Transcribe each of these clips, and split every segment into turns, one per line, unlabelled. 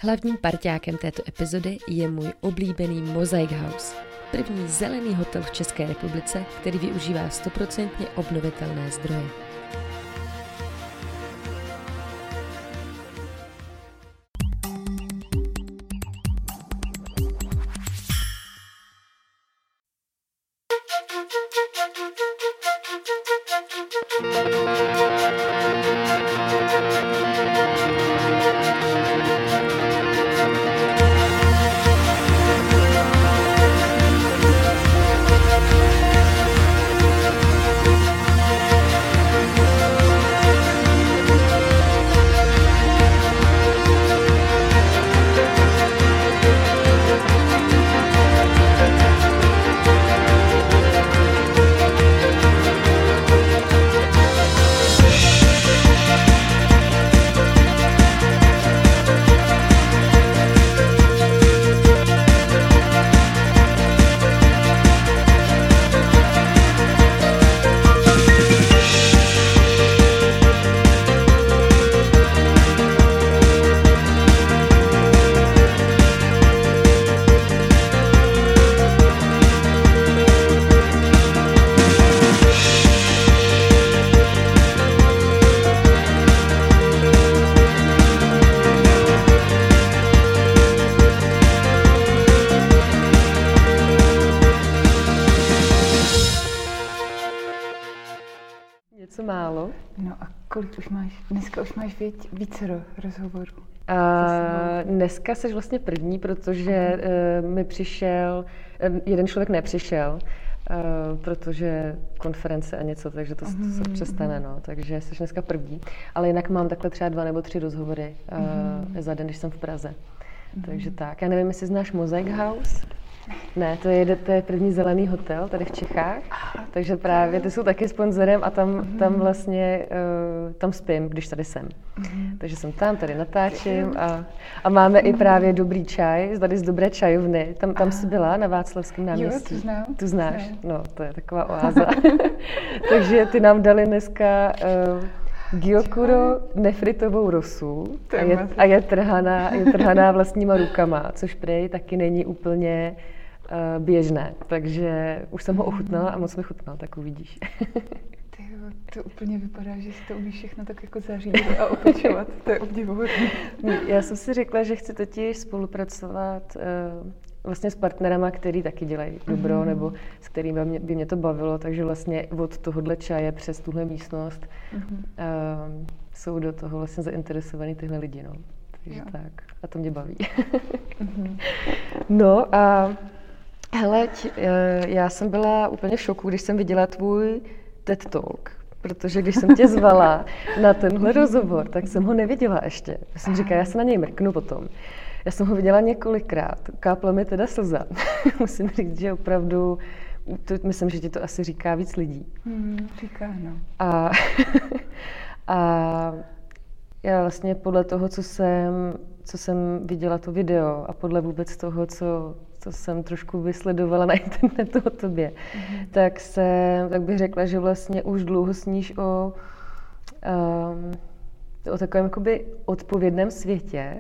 Hlavním parťákem této epizody je můj oblíbený Mosaic House. První zelený hotel v České republice, který využívá 100% obnovitelné zdroje. Něco málo.
No a kolik už máš? Dneska už máš vícero rozhovorů.
Dneska jsi vlastně první, protože mi přišel, jeden člověk nepřišel, protože konference a něco, takže to se přestane, no. Takže jsi dneska první. Ale jinak mám takhle třeba 2 nebo 3 rozhovory za den, když jsem v Praze. Takže tak. Já nevím, jestli znáš Mosaic House? Ne, to je první zelený hotel tady v Čechách, takže právě ty jsou taky sponzorem a tam vlastně tam spím, když tady jsem. Takže jsem tam, tady natáčím a máme i právě dobrý čaj, tady z dobré čajovny. Tam jsi byla na Václavském náměstí.
Jo, to znám.
Tu znáš? No, to je taková oáza. Takže ty nám dali dneska Gyokuro nefritovou rosu a je trhaná vlastníma rukama, což prej taky není úplně běžné. Takže už jsem ho ochutnala a moc mi chutnal, tak uvidíš.
To úplně vypadá, že si to umíš všechno tak jako zařídit a opečovat. To je obdivuhodné.
Já jsem si řekla, že chci totiž spolupracovat vlastně s partnerama, který taky dělají dobro, nebo s kterými by mě to bavilo, takže vlastně od tohohle čaje přes tuhle místnost jsou do toho vlastně zainteresovaní tyhle lidi, no. Takže tak. A to mě baví. No a hele, já jsem byla úplně v šoku, když jsem viděla tvůj TED Talk, protože když jsem tě zvala na tenhle rozhovor, tak jsem ho neviděla ještě. Já jsem říkala, já se na něj mrknu potom. Já jsem ho viděla několikrát, kápla mi teda slza. Musím říct, že opravdu, myslím, že ti to asi říká víc lidí.
Říká, no.
A já vlastně podle toho, co jsem viděla to video a podle vůbec toho, co jsem trošku vysledovala na internetu o tobě, tak bych řekla, že vlastně už dlouho sníš o takovém jakoby odpovědném světě,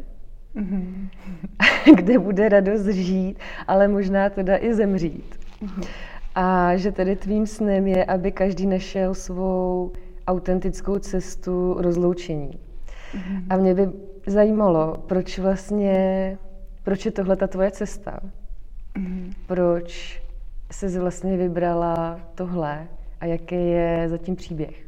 kde bude radost žít, ale možná teda i zemřít. A že tedy tvým snem je, aby každý našel svou autentickou cestu rozloučení. A mě by zajímalo, proč je tohle ta tvoje cesta? Proč jsi vlastně vybrala tohle a jaký je zatím příběh?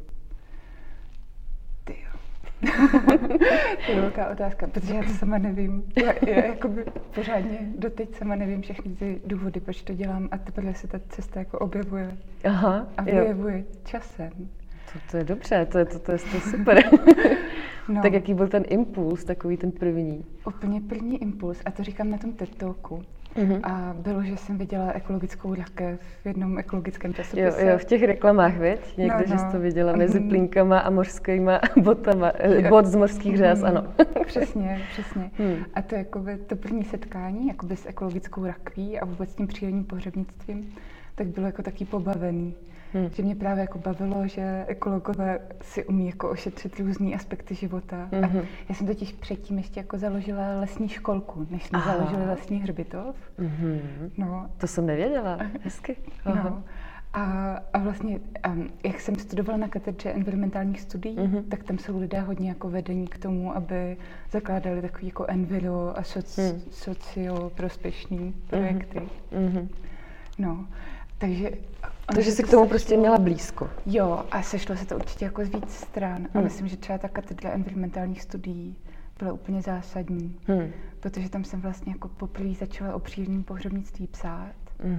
To je velká otázka, protože já to sama nevím. Já jakoby pořádně doteď sama nevím všechny ty důvody, proč to dělám a teprve se ta cesta jako objevuje. A vyjevuje časem.
To je dobře, to je super. No. Tak jaký byl ten impuls, takový ten první?
Úplně první impuls, a to říkám na tom TED Talku. A bylo, že jsem viděla ekologickou rakev v jednom ekologickém časopise.
Jo, v těch reklamách, viď? Někde, že jsi to viděla mezi plínkama a mořskýma botama. Bot z mořských řas, ano.
Přesně. A to jakoby to první setkání jakoby s ekologickou rakví a vůbec tím přírodním pohřebnictvím, tak bylo jako taky pobavený. Že mě právě jako bavilo, že ekologové si umí jako ošetřit různý aspekty života. A já jsem totiž předtím ještě jako založila lesní školku, než jsme založili lesní hřbitov.
No. To jsem nevěděla. Hezky.
No. A vlastně, jak jsem studovala na katedře environmentálních studií, tak tam jsou lidé hodně jako vedení k tomu, aby zakládali takový jako enviro a socioprospěšný projekty. No, takže
jsi k tomu prostě měla blízko.
Jo, a sešlo se to určitě jako z víc stran. A myslím, že třeba ta katedra environmentálních studií byla úplně zásadní, protože tam jsem vlastně jako poprvé začala o přírodním pohřebnictví psát.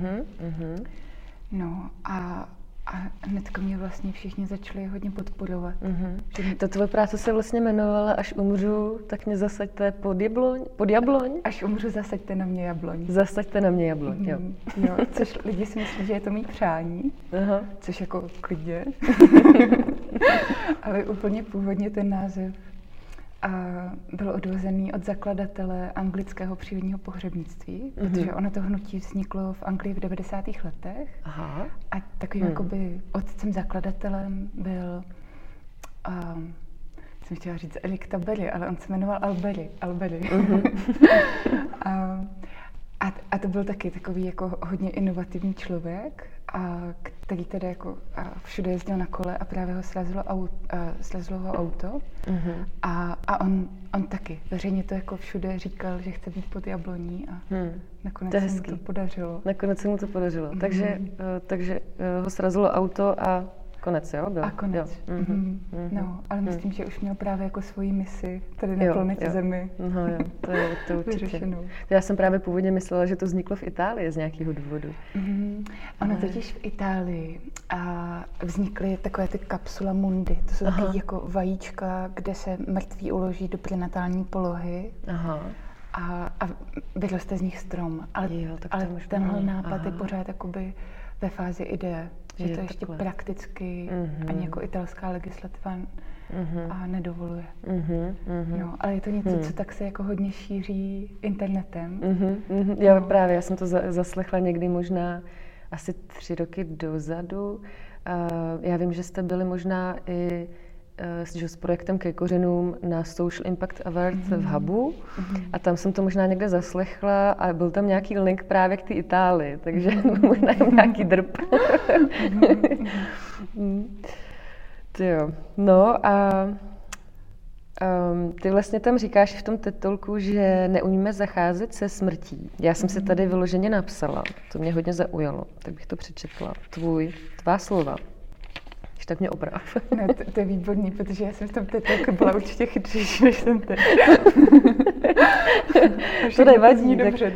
No a hnedka mě vlastně všichni začali hodně podporovat.
Ta tvoje práce se vlastně jmenovala Až umřu, tak mě zasaďte pod jabloň?
Až umřu, zasaďte na mě jabloň.
Zasaďte na mě jabloň, jo.
Jo, což lidi si myslí, že je to mý přání, což jako klidně. Ale úplně původně ten název byl odvozený od zakladatele anglického přírodního pohřebnictví, protože ono to hnutí vzniklo v Anglii v 90. letech. A takovým jakoby otcem zakladatelem byl, jsem chtěla říct Eric Tabarry, ale on se jmenoval Albery. A to byl taky takový jako hodně inovativní člověk, který teda jako všude jezdil na kole a právě ho slezlo ho auto. A on taky veřejně to jako všude říkal, že chce být pod jabloní a nakonec se mu to podařilo.
Nakonec se mu to podařilo. Takže ho srazilo auto a konec, jo? Byl.
A konec. Jo. No, ale myslím, že už měl právě jako svoji misi tady na planetě Zemi.
No jo, to určitě. Já jsem právě původně myslela, že to vzniklo v Itálii z nějakého důvodu.
Ono totiž v Itálii vznikly takové ty kapsula mundi. To jsou takové jako vajíčka, kde se mrtví uloží do prenatální polohy. A vyroste z nich strom. Ale tenhle nápad je pořád jakoby ve fázi ideje. Že to ještě prakticky ani jako italská legislativa nedovoluje. No, ale je to něco, co tak se jako hodně šíří internetem.
Jo, právě, já jsem to zaslechla někdy možná asi 3 roky dozadu. Já vím, že jste byli možná i s projektem Ke kořenům na Social Impact Award v Hubu a tam jsem to možná někde zaslechla a byl tam nějaký link právě k té Itálii, takže možná je nějaký drb. Jo. No a ty vlastně tam říkáš v tom TED Talku, že neumíme zacházet se smrtí. Já jsem si tady vyloženě napsala, to mě hodně zaujalo, tak bych to přečetla. Tvá slova. Tak mě oprav.
Ne, to je výborný, protože já jsem v tom TEDku byla určitě chytřejší, než jsem teď.
To nevadí.
Dobře,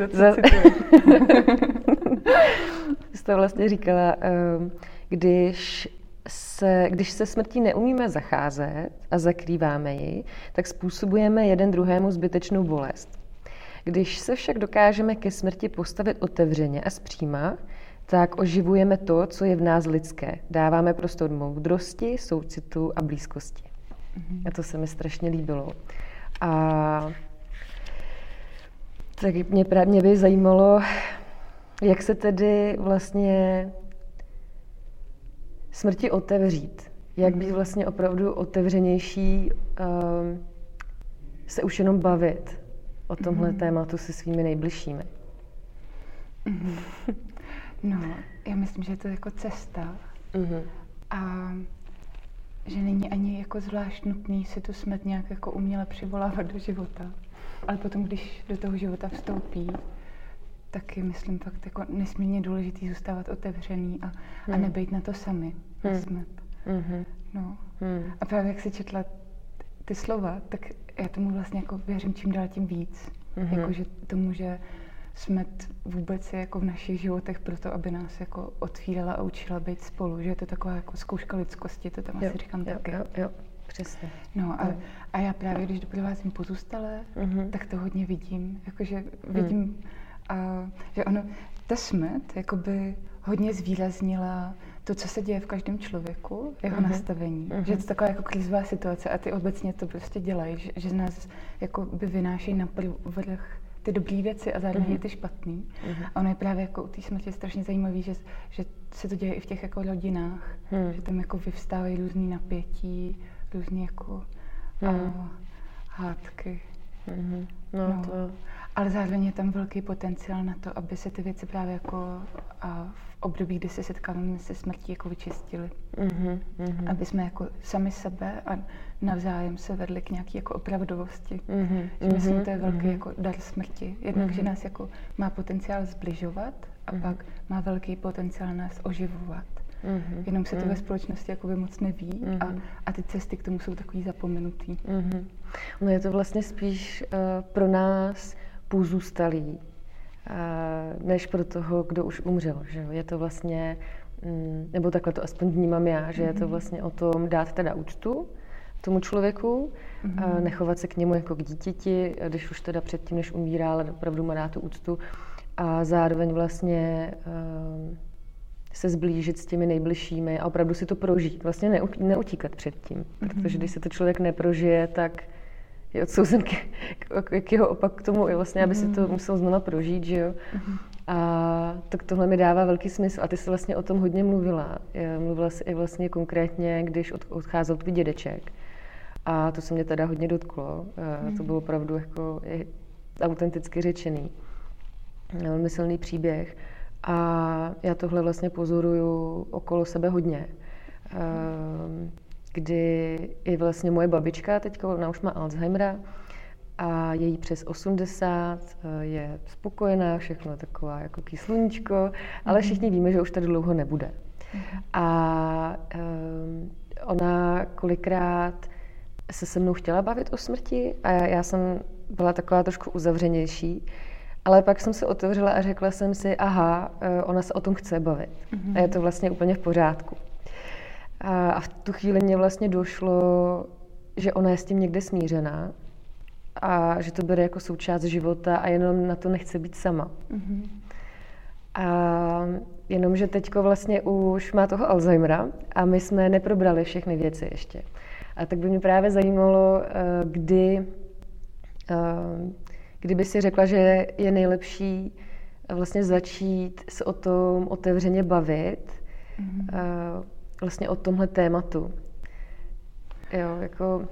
Jsi to vlastně říkala, když se smrtí neumíme zacházet a zakrýváme ji, tak způsobujeme jeden druhému zbytečnou bolest. Když se však dokážeme ke smrti postavit otevřeně a zpříma, tak oživujeme to, co je v nás lidské. Dáváme prostor moudrosti, soucitu a blízkosti. A to se mi strašně líbilo. A tak mě by zajímalo, jak se tedy vlastně smrti otevřít. Jak být vlastně opravdu otevřenější, se už jenom bavit o tomhle tématu se svými nejbližšími.
No, já myslím, že je to jako cesta a že není ani jako zvlášť nutný si tu smrt nějak jako uměle přivolávat do života. Ale potom, když do toho života vstoupí, tak je, myslím, fakt jako nesmírně důležitý zůstávat otevřený a nebejt na to sami, na smrt. No. A právě jak jsi četla ty slova, tak já tomu vlastně jako věřím čím dál tím víc. Jako, že tomu, že smrt vůbec je jako v našich životech proto, aby nás jako otvírala a učila být spolu, že je to taková jako zkouška lidskosti, to tam asi říkám taky.
Jo, přesně.
No a já právě, když doprovázím pozůstalé, tak to hodně vidím, jakože vidím, že ono, ta smrt jakoby hodně zvýraznila to, co se děje v každém člověku, jeho nastavení, že je to taková jako krizová situace a ty obecně to prostě dělají, že z nás jako by vynášejí na povrch ty dobrý věci a zároveň i ty špatný. A ono je právě jako u té smrti strašně zajímavý, že se to děje i v těch jako rodinách, že tam jako vyvstávají různý napětí, různý jako hádky.
No. To...
Ale zároveň je tam velký potenciál na to, aby se ty věci právě jako v období, kdy se setkáváme se smrtí, jako vyčistili. Aby jsme jako sami sebe a navzájem se vedli k nějaké jako opravdovosti. Myslím, že to je velký jako dar smrti. Jednak, že nás jako má potenciál zbližovat a pak má velký potenciál nás oživovat. Jenom se to ve společnosti jakoby moc neví a ty cesty k tomu jsou takový zapomenutý.
No je to vlastně spíš pro nás pozůstalý, než pro toho, kdo už umřel. Že? Je to vlastně, nebo takhle to aspoň vnímám já, že je to vlastně o tom dát teda úctu tomu člověku, nechovat se k němu jako k dítěti, když už teda předtím, než umírá, ale opravdu má dát tu úctu a zároveň vlastně se zblížit s těmi nejbližšími a opravdu si to prožít, vlastně neutíkat před tím, protože když se to člověk neprožije, tak je odsouzen k jeho opak k tomu, vlastně, aby si to musel znova prožít, že jo. A tak tohle mi dává velký smysl. A ty jsi vlastně o tom hodně mluvila. Mluvila jsi i vlastně konkrétně, když odcházel tvůj dědeček. A to se mě teda hodně dotklo. To bylo opravdu jako autenticky řečený. Velmi silný příběh. A já tohle vlastně pozoruju okolo sebe hodně. Kdy i vlastně moje babička, teďka ona už má Alzheimera a je jí přes 80, je spokojená, všechno taková jako sluníčko, ale všichni víme, že už tady dlouho nebude. A ona kolikrát se mnou chtěla bavit o smrti a já jsem byla taková trošku uzavřenější, ale pak jsem se otevřela a řekla jsem si, ona se o tom chce bavit. A je to vlastně úplně v pořádku. A v tu chvíli mě vlastně došlo, že ona je s tím někde smířená a že to bere jako součást života a jenom na to nechce být sama. A jenom, že teďko vlastně už má toho Alzheimera a my jsme neprobrali všechny věci ještě. A tak by mě právě zajímalo, kdyby si řekla, že je nejlepší vlastně začít se o tom otevřeně bavit, vlastně o tomhle tématu. Jo, jako...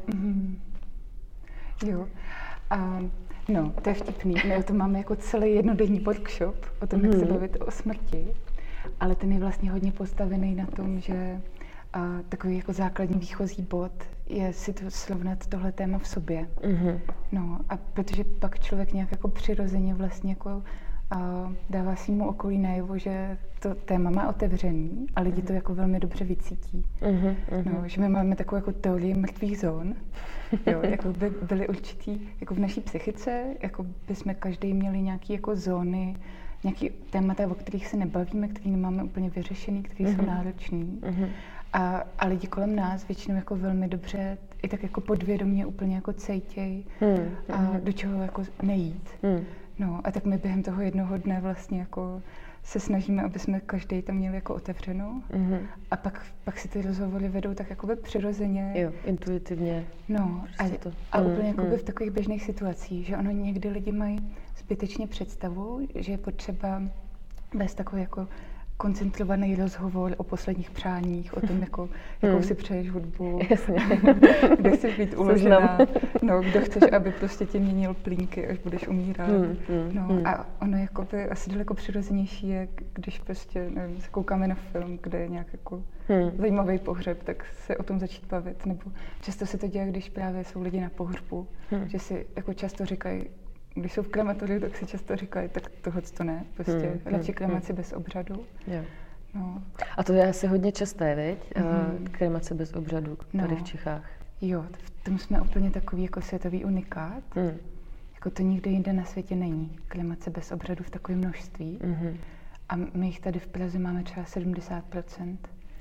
Jo. No, to je vtipný. My o tom máme jako celý jednodenní workshop o tom, jak se bavit o smrti, ale ten je vlastně hodně postavený na tom, že takový jako základní výchozí bod je si to srovnat tohle téma v sobě. No, a protože pak člověk nějak jako přirozeně vlastně jako dává svýmu okolí najevo, že to téma má otevřený a lidi to jako velmi dobře vycítí. No, že my máme takovou jako teorii mrtvých zón, jo, jako by byly určitý, jako v naší psychice, jako by jsme každý měli nějaký jako zóny, nějaký témata, o kterých se nebavíme, který nemáme úplně vyřešený, který jsou náročný. A lidi kolem nás většinou jako velmi dobře, i tak jako podvědomě úplně jako cejtěj do čeho jako nejít. No a tak my během toho jednoho dne vlastně jako se snažíme, aby jsme každý tam měli jako otevřenou a pak si ty rozhovory vedou tak jakoby přirozeně.
Jo, intuitivně.
No a úplně jakoby v takových běžných situacích, že ono někdy lidi mají zbytečně představu, že je potřeba vést takový jako koncentrovaný rozhovor o posledních přáních, o tom, jakou si přeješ hudbu, kde chceš být uložená, no, kdo chceš, aby prostě ti měnil plínky, až budeš umírat. A ono jakoby asi daleko přirozenější je, když prostě, nevím, se koukáme na film, kde je nějak jako zajímavý pohřeb, tak se o tom začít bavit. Nebo často se to děje, když právě jsou lidi na pohřbu, že si jako často říkají, když jsou v krematoriu, tak si často říkají, tak tohle to ne, prostě radši kremaci bez obřadu.
Jo. No. A to je asi hodně časté, viď? Kremace bez obřadu tady v Čechách.
Jo, v tom jsme úplně takový jako světový unikát. Jako to nikde jinde na světě není. Kremace bez obřadu v takovém množství. A my jich tady v Praze máme třeba 70%.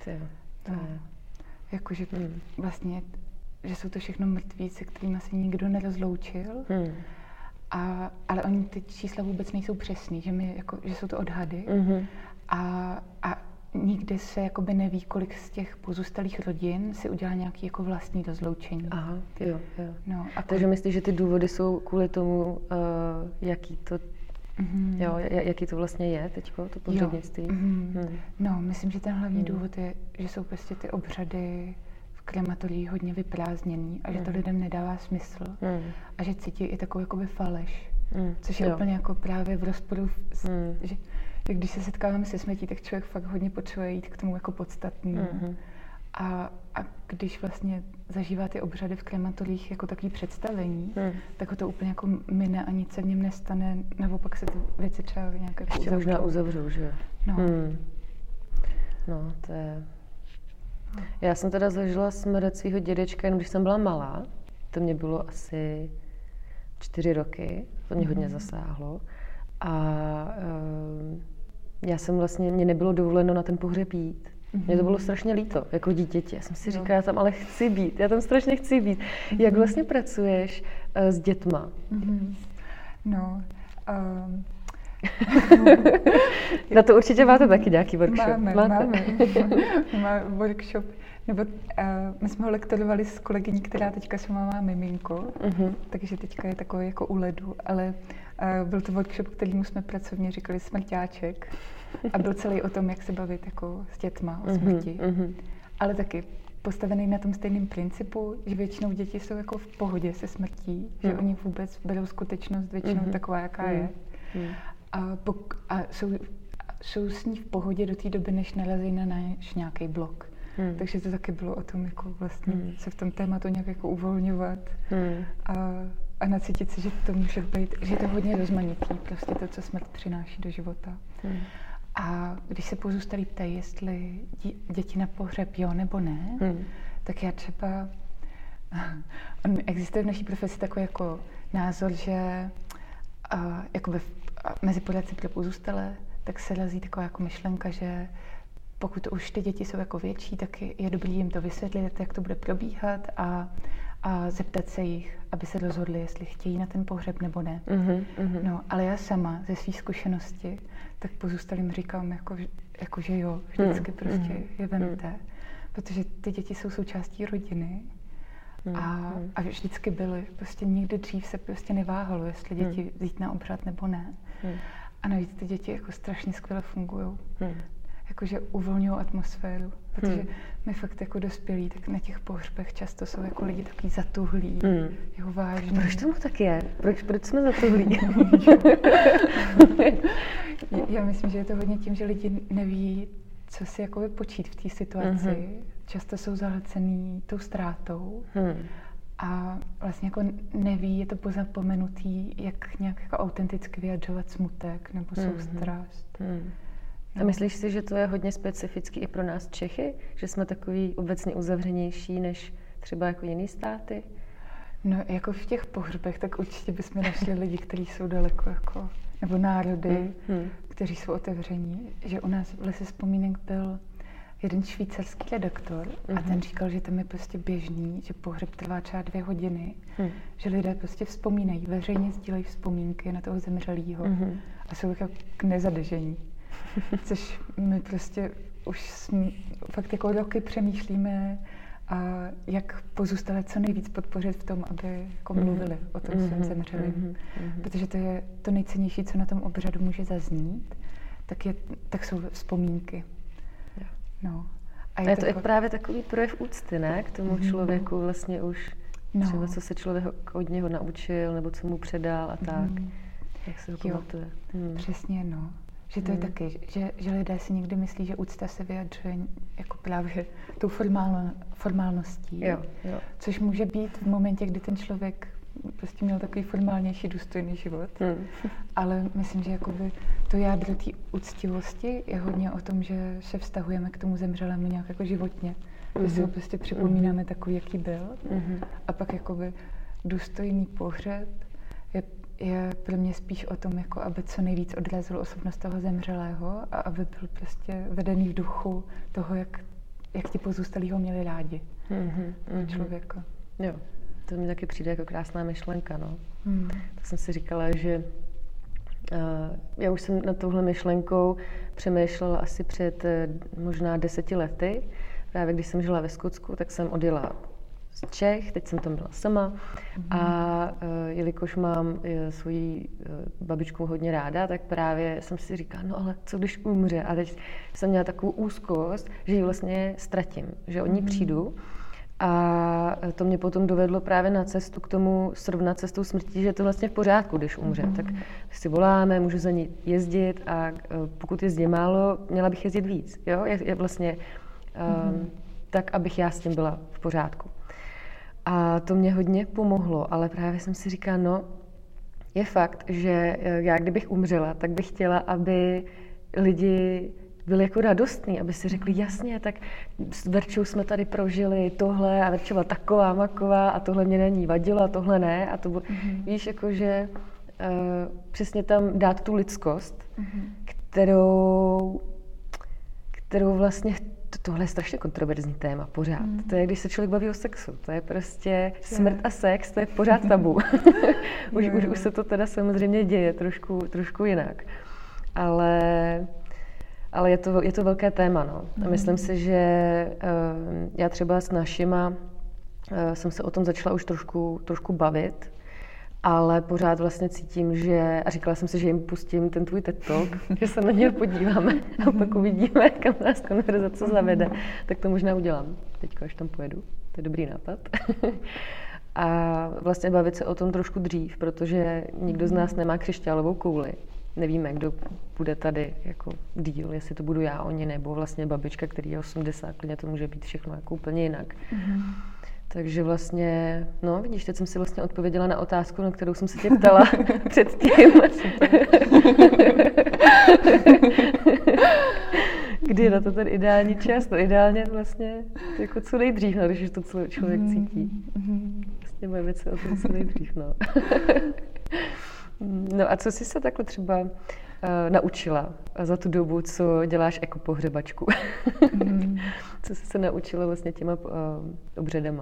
Jakože vlastně, že jsou to všechno mrtví, se kterými se nikdo nerozloučil. Ale oni ty čísla vůbec nejsou přesný, že jsou to odhady a nikdy se jakoby neví, kolik z těch pozůstalých rodin si udělá nějaký jako vlastní rozloučení.
Aha, jo.
No,
Takže myslíš, že ty důvody jsou kvůli tomu jaký to vlastně je teďko, to pohřebnictví.
No, myslím, že ten hlavní důvod je, že jsou prostě ty obřady v krematorií hodně vyprázdněný a že to lidem nedává smysl a že cítí i takovou jakoby faleš, což je úplně jako právě v rozporu, že když se setkáváme se smrtí, tak člověk fakt hodně potřebuje jít k tomu jako podstatnému. A když vlastně zažívá ty obřady v krematoriích jako takový představení, tak ho to úplně jako mine a nic se v něm nestane, naopak se ty věci třeba nějak jako
ještě možná uzavřou, že jo?
No.
No, to je... Já jsem teda zažila smrt svého dědečka, jenom když jsem byla malá. To mě bylo asi 4 roky, to mě hodně zasáhlo. A já jsem vlastně, mě nebylo dovoleno na ten pohřeb jít. Mně to bylo strašně líto, jako dítěti. Já jsem si říkala, já tam ale chci být, já tam strašně chci být. Jak vlastně pracuješ s dětma?
No,
na to určitě máte taky nějaký workshop.
Máme workshop. Nebo my jsme ho lektorovali s kolegyní, která teďka sama má miminko, takže teďka je takový jako u ledu, ale byl to workshop, kterýmu jsme pracovně říkali smrťáček a byl celý o tom, jak se bavit jako s dětma o smrti. Ale taky postavený na tom stejném principu, že většinou děti jsou jako v pohodě se smrtí, že oni vůbec berou skutečnost většinou taková, jaká je. A jsou s ní v pohodě do té doby, než narazí na náš nějaký blok. Takže to taky bylo o tom, jako vlastně se v tom tématu nějak jako uvolňovat a nacítit si, že to může být, že je to hodně rozmanitý, prostě to, co smrt přináší do života. A když se pozůstalí ptají, jestli děti na pohřeb jo nebo ne, tak já třeba, existuje v naší profesi takový jako názor, že jakoby mezi poradci pro pozůstalé, tak se razí taková jako myšlenka, že pokud už ty děti jsou jako větší, tak je dobrý jim to vysvětlit, jak to bude probíhat a zeptat se jich, aby se rozhodli, jestli chtějí na ten pohřeb nebo ne. No, ale já sama ze své zkušenosti, tak pozůstalým říkám, jako že jo, vždycky prostě je vemte, protože ty děti jsou součástí rodiny a vždycky byly. Prostě nikdy dřív se prostě neváhalo, jestli děti jít na obřad nebo ne. A navíc ty děti jako strašně skvěle fungují. Jakože uvolňují atmosféru, protože my fakt jako dospělí, tak na těch pohřbech často jsou jako lidi takový zatuhlí, jako vážní.
Proč tomu tak je? Proč jsme zatuhlí?
Já myslím, že je to hodně tím, že lidi neví, co si jakoby počít v té situaci. Často jsou zahlcený tou ztrátou a vlastně jako neví, je to pozapomenutý, jak nějak jako autenticky vyjadřovat smutek nebo soustrast.
A myslíš si, že to je hodně specifický i pro nás Čechy? Že jsme takový obecně uzavřenější než třeba jako jiný státy?
No, jako v těch pohřbech, tak určitě bychom našli lidi, kteří jsou daleko, jako, nebo národy, kteří jsou otevření. Že u nás v Lese vzpomínek byl jeden švýcarský redaktor a ten říkal, že tam je prostě běžný, že pohřeb trvá třeba 2 hodiny, že lidé prostě vzpomínají, veřejně sdílejí vzpomínky na toho zemřelýho a jsou jako k nezadržení. Což my prostě už fakt jako roky přemýšlíme, a jak pozůstalé co nejvíc podpořit v tom, aby jako mluvili o tom svém zemřelém. Protože to je to nejcennější, co na tom obřadu může zaznít, tak jsou vzpomínky. No.
A je to i právě takový projev úcty, ne? K tomu člověku vlastně už třeba, co se člověk od něho naučil, nebo co mu předal a tak. Jak se ho pamatuje.
Přesně, no. Že to je taky, že lidé si někdy myslí, že úcta se vyjadřuje jako právě tou formálností.
Jo.
Což může být v momentě, kdy ten člověk prostě měl takový formálnější, důstojný život. Ale myslím, že jakoby to jádro té úctivosti je hodně o tom, že se vztahujeme k tomu zemřelému nějak jako životně. Že si ho prostě připomínáme takový, jaký byl. A pak jakoby důstojný pohřeb je pro mě spíš o tom, jako aby co nejvíc odrazil osobnost toho zemřelého a aby byl prostě vedený v duchu toho, jak ti pozůstalí ho měli rádi. Člověka.
Jo, to mi taky přijde jako krásná myšlenka, no. Tak jsem si říkala, že já už jsem nad touhle myšlenkou přemýšlela asi před možná 10 lety. Právě když jsem žila ve Skotsku, tak jsem odjela z Čech, teď jsem tam byla sama a jelikož mám svoji babičku hodně ráda, tak právě jsem si říkala, no ale co když umře? A teď jsem měla takovou úzkost, že ji vlastně ztratím, že o ní přijdu. A to mě potom dovedlo právě na cestu k tomu srovnat se s tou smrtí, že je to vlastně v pořádku, když umře. Tak si voláme, můžu za ní jezdit a pokud jezdí málo, měla bych jezdit víc. Jo? Je vlastně tak, abych já s tím byla v pořádku. A to mě hodně pomohlo, ale právě jsem si říkala, no, je fakt, že já kdybych umřela, tak bych chtěla, aby lidi byli jako radostní, aby si řekli, jasně, tak s Verčou jsme tady prožili tohle a Verčova taková, maková a tohle mě na ní vadilo a tohle ne. A to víš, jakože přesně tam dát tu lidskost, kterou vlastně, tohle je strašně kontroverzní téma pořád. To je, když se člověk baví o sexu. To je prostě smrt a sex, to je pořád tabu. Už se to teda samozřejmě děje trošku jinak. Ale je to velké téma, no. A myslím si, že já třeba s našima jsem se o tom začala už trošku bavit, ale pořád vlastně cítím, že, a říkala jsem si, že jim pustím ten tvůj TED Talk, že se na něj podíváme a pak uvidíme, kam nás konverzace zavede. Tak to možná udělám teďko, až tam pojedu. To je dobrý nápad. A vlastně bavit se o tom trošku dřív, protože nikdo z nás nemá křišťálovou kouli. Nevíme, kdo bude tady jako díl, jestli to budu já, oni, nebo vlastně babička, který je 80, klidně to může být všechno jako úplně jinak. Takže vlastně, no vidíš, teď jsem si vlastně odpověděla na otázku, na kterou jsem se tě ptala předtím. Kdy je na to ten ideální čas? No ideálně vlastně jako co nejdřív, no, když už to člověk cítí. Vlastně bavit se o tom co nejdřív, no. No a co jsi se takhle třeba naučila za tu dobu, co děláš ekopohřebačku? Co jsi se naučila vlastně těma obřadama?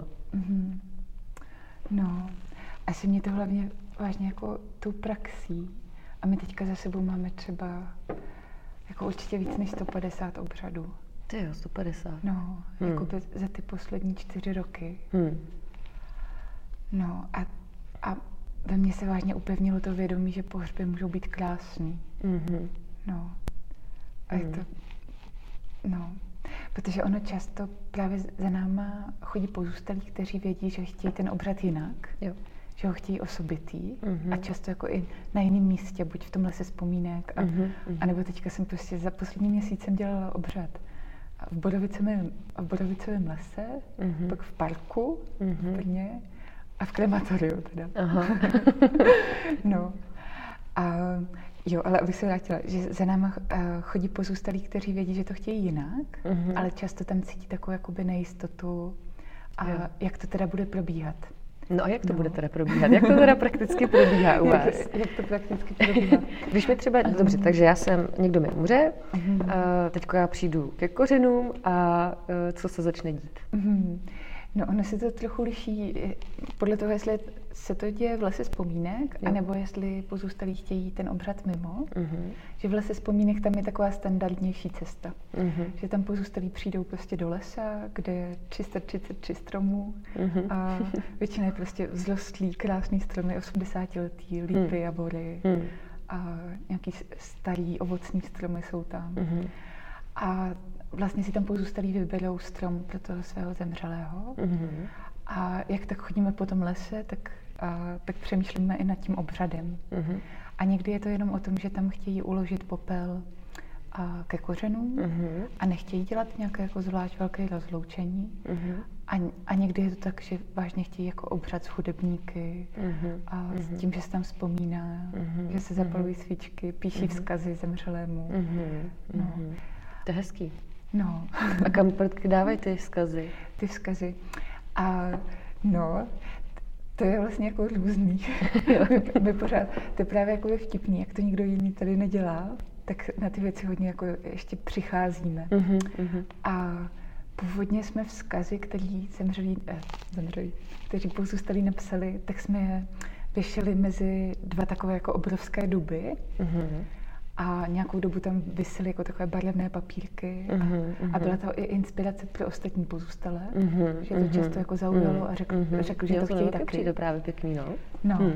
No, asi mě to hlavně vážně jako tou praxí. A my teďka za sebou máme třeba jako určitě víc než 150 obřadů.
Ty jo, 150.
No, jako za ty poslední 4 roky. No a ve mně se vážně upevnilo to vědomí, že pohřby můžou být krásný. No. A je to, no. Protože ono často právě za náma chodí pozůstalí, kteří vědí, že chtějí ten obřad jinak. Jo. Že ho chtějí osobitý. A často jako i na jiném místě, buď v tom lese vzpomínek, a nebo teďka jsem prostě za poslední měsíc jsem dělala obřad v Bodovicovém lese, pak v parku v Brně, a v krematoriu teda. No. A jo, ale abych se vrátila, že za náma chodí pozůstalí, kteří vědí, že to chtějí jinak, ale často tam cítí takovou jakoby nejistotu a jak to teda bude probíhat.
No a jak to bude teda probíhat? Jak to teda prakticky probíhá u vás?
Jak to prakticky probíhá?
Když mi třeba, dobře, takže někdo mi umře, teďko já přijdu ke kořenům a co se začne dít?
No, ono se to trochu liší podle toho, jestli se to děje v lese vzpomínek, anebo jestli pozůstalí chtějí ten obřad mimo. Že v lese vzpomínek tam je taková standardnější cesta. Že tam pozůstalí přijdou prostě do lesa, kde je 333 stromů a většina je prostě vzrostlý, krásný stromy, 80letý, lípy, jabory a nějaký starý ovocný stromy jsou tam. A vlastně si tam pozůstalí vyberou strom pro toho svého zemřelého. A jak tak chodíme po tom lese, tak přemýšlíme i nad tím obřadem. A někdy je to jenom o tom, že tam chtějí uložit popel ke kořenům a nechtějí dělat nějaké jako zvlášť velké rozloučení. A někdy je to tak, že vážně chtějí jako obřad s hudebníky a s tím, že se tam vzpomíná, že se zapalují svíčky, píší vzkazy zemřelému. No.
To je hezký.
No.
A kam dávají ty vzkazy?
Ty vzkazy. A no, to je vlastně jako různý. My pořád, to je právě jako vtipný, jak to nikdo jiný tady nedělá, tak na ty věci hodně jako ještě přicházíme. A původně jsme vzkazy, kteří kteří pozůstalí napsali, tak jsme je věšeli mezi 2 takové jako obrovské duby. a nějakou dobu tam visely jako takové barevné papírky a byla to i inspirace pro ostatní pozůstalé, že to často jako zaujalo a řekl, že to chtějí taky.
Přijde právě pěkný, no.
No.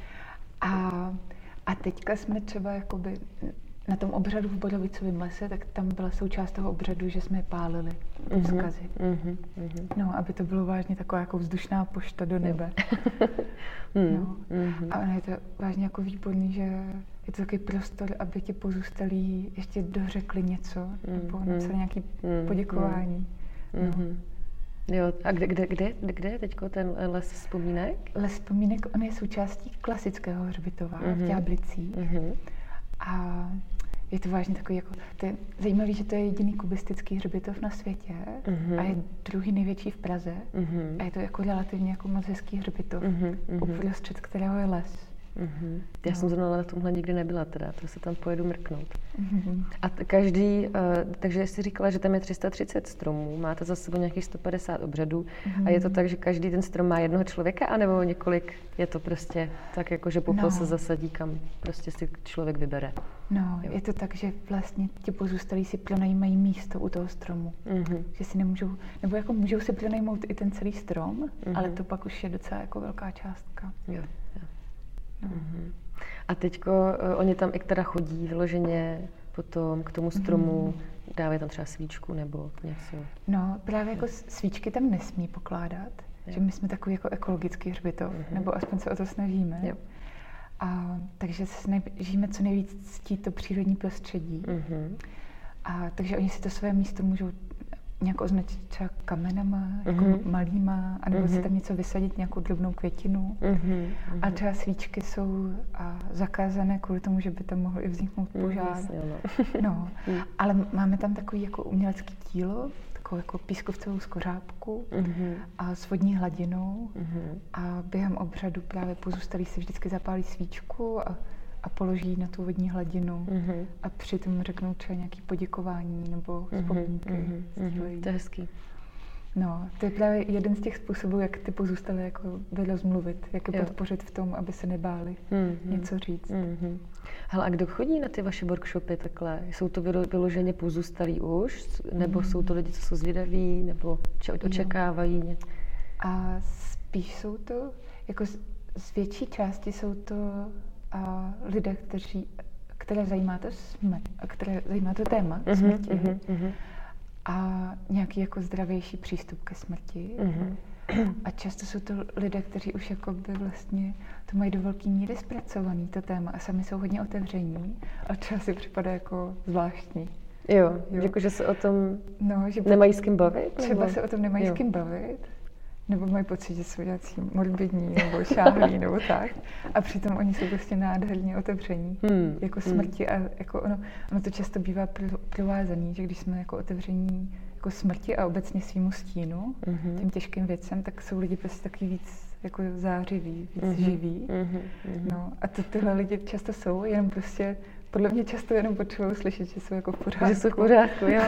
A teďka jsme třeba jakoby na tom obřadu v Borovicovém lese, tak tam byla součást toho obřadu, že jsme pálili vzkazy. No, aby to bylo vážně taková jako vzdušná pošta do nebe. No. A ono je to vážně jako výborný, že je to takový prostor, aby ti pozůstalí ještě dořekli něco, nebo napsali nějaké poděkování. No.
Jo, a kde je teďko ten les vzpomínek?
Les vzpomínek, on je součástí klasického hřbitova v Ďáblicích. A je to vážně takový, jako, to je zajímavé, že to je jediný kubistický hřbitov na světě a je druhý největší v Praze a je to jako relativně jako moc hezký hřbitov, uprostřed kterého je les.
Já jsem zrovna na tomhle nikdy nebyla teda, to se tam pojedu mrknout. A každý, takže jsi říkala, že tam je 330 stromů, máte za sebou nějakých 150 obřadů a je to tak, že každý ten strom má jednoho člověka, anebo několik, je to prostě tak jako, že popel se zasadí, kam prostě si člověk vybere?
No, je to tak, že vlastně ti pozůstalí si pronajímají místo u toho stromu, že si nemůžou, nebo jako můžou si pronajmout i ten celý strom, ale to pak už je docela jako velká částka.
Jo. A teďko oni tam i teda chodí vyloženě potom k tomu stromu, dávají tam třeba svíčku nebo něco?
No, právě jako svíčky tam nesmí pokládat, že my jsme takový jako ekologický hřbitov, nebo aspoň se o to snažíme. Jo. A takže se snažíme co nejvíc ctít to přírodní prostředí. A takže oni si to své místo můžou nějak označit třeba kamenama, jako malýma, anebo si tam něco vysadit, nějakou drobnou květinu. A třeba svíčky jsou zakázané kvůli tomu, že by tam mohl i vzniknout požár. No. Ale máme tam takový jako umělecký dílo, takovou jako pískovcovou skořápku a s vodní hladinou. A během obřadu právě pozůstalí si vždycky zapálí svíčku a položí na tu vodní hladinu a přitom řeknou třeba nějaké poděkování nebo vzpomínky.
To je hezký.
No, to je právě jeden z těch způsobů, jak ty pozůstalé jako rozmluvit, jak je podpořit v tom, aby se nebáli něco říct.
Hele, a kdo chodí na ty vaše workshopy takhle? Jsou to vyloženě pozůstalí už? Nebo jsou to lidi, co jsou zvědaví? Nebo očekávají?
A spíš jsou to, jako z větší části jsou to lidé, které zajímá to téma smrti a nějaký jako zdravější přístup ke smrti. A často jsou to lidé, kteří už jako by vlastně to mají do velké míry zpracovaný, to téma, a sami jsou hodně otevření a třeba si připadá jako zvláštní.
Jo. Že se o tom nemají s kým bavit?
Třeba se o tom nemají s kým bavit. Nebo mají pocit, že jsou nějací morbidní nebo šáhlí nebo tak. A přitom oni jsou prostě nádherně otevření jako smrti. A jako ono to často bývá provázaný, že když jsme jako otevření jako smrti a obecně svýmu stínu, těm těžkým věcem, tak jsou lidi prostě taky víc jako zářiví, víc živí. No, a tyhle lidi často jsou, jenom prostě podle mě často jenom potřebují slyšet, že jsou jako v pořádku.
Že jsou v pořádku, jo.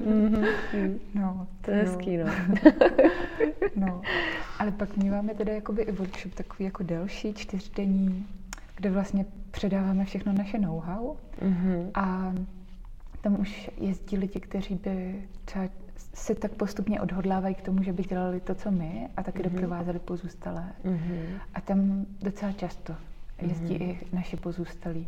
No,
to je hezký, no.
No, ale pak máme teda jakoby i workshop takový jako delší, 4denní, kde vlastně předáváme všechno naše know-how a tam už jezdí lidi, kteří by třeba se tak postupně odhodlávají k tomu, že by dělali to, co my, a taky doprovázeli pozůstalé. A tam docela často jezdí i naši pozůstalí.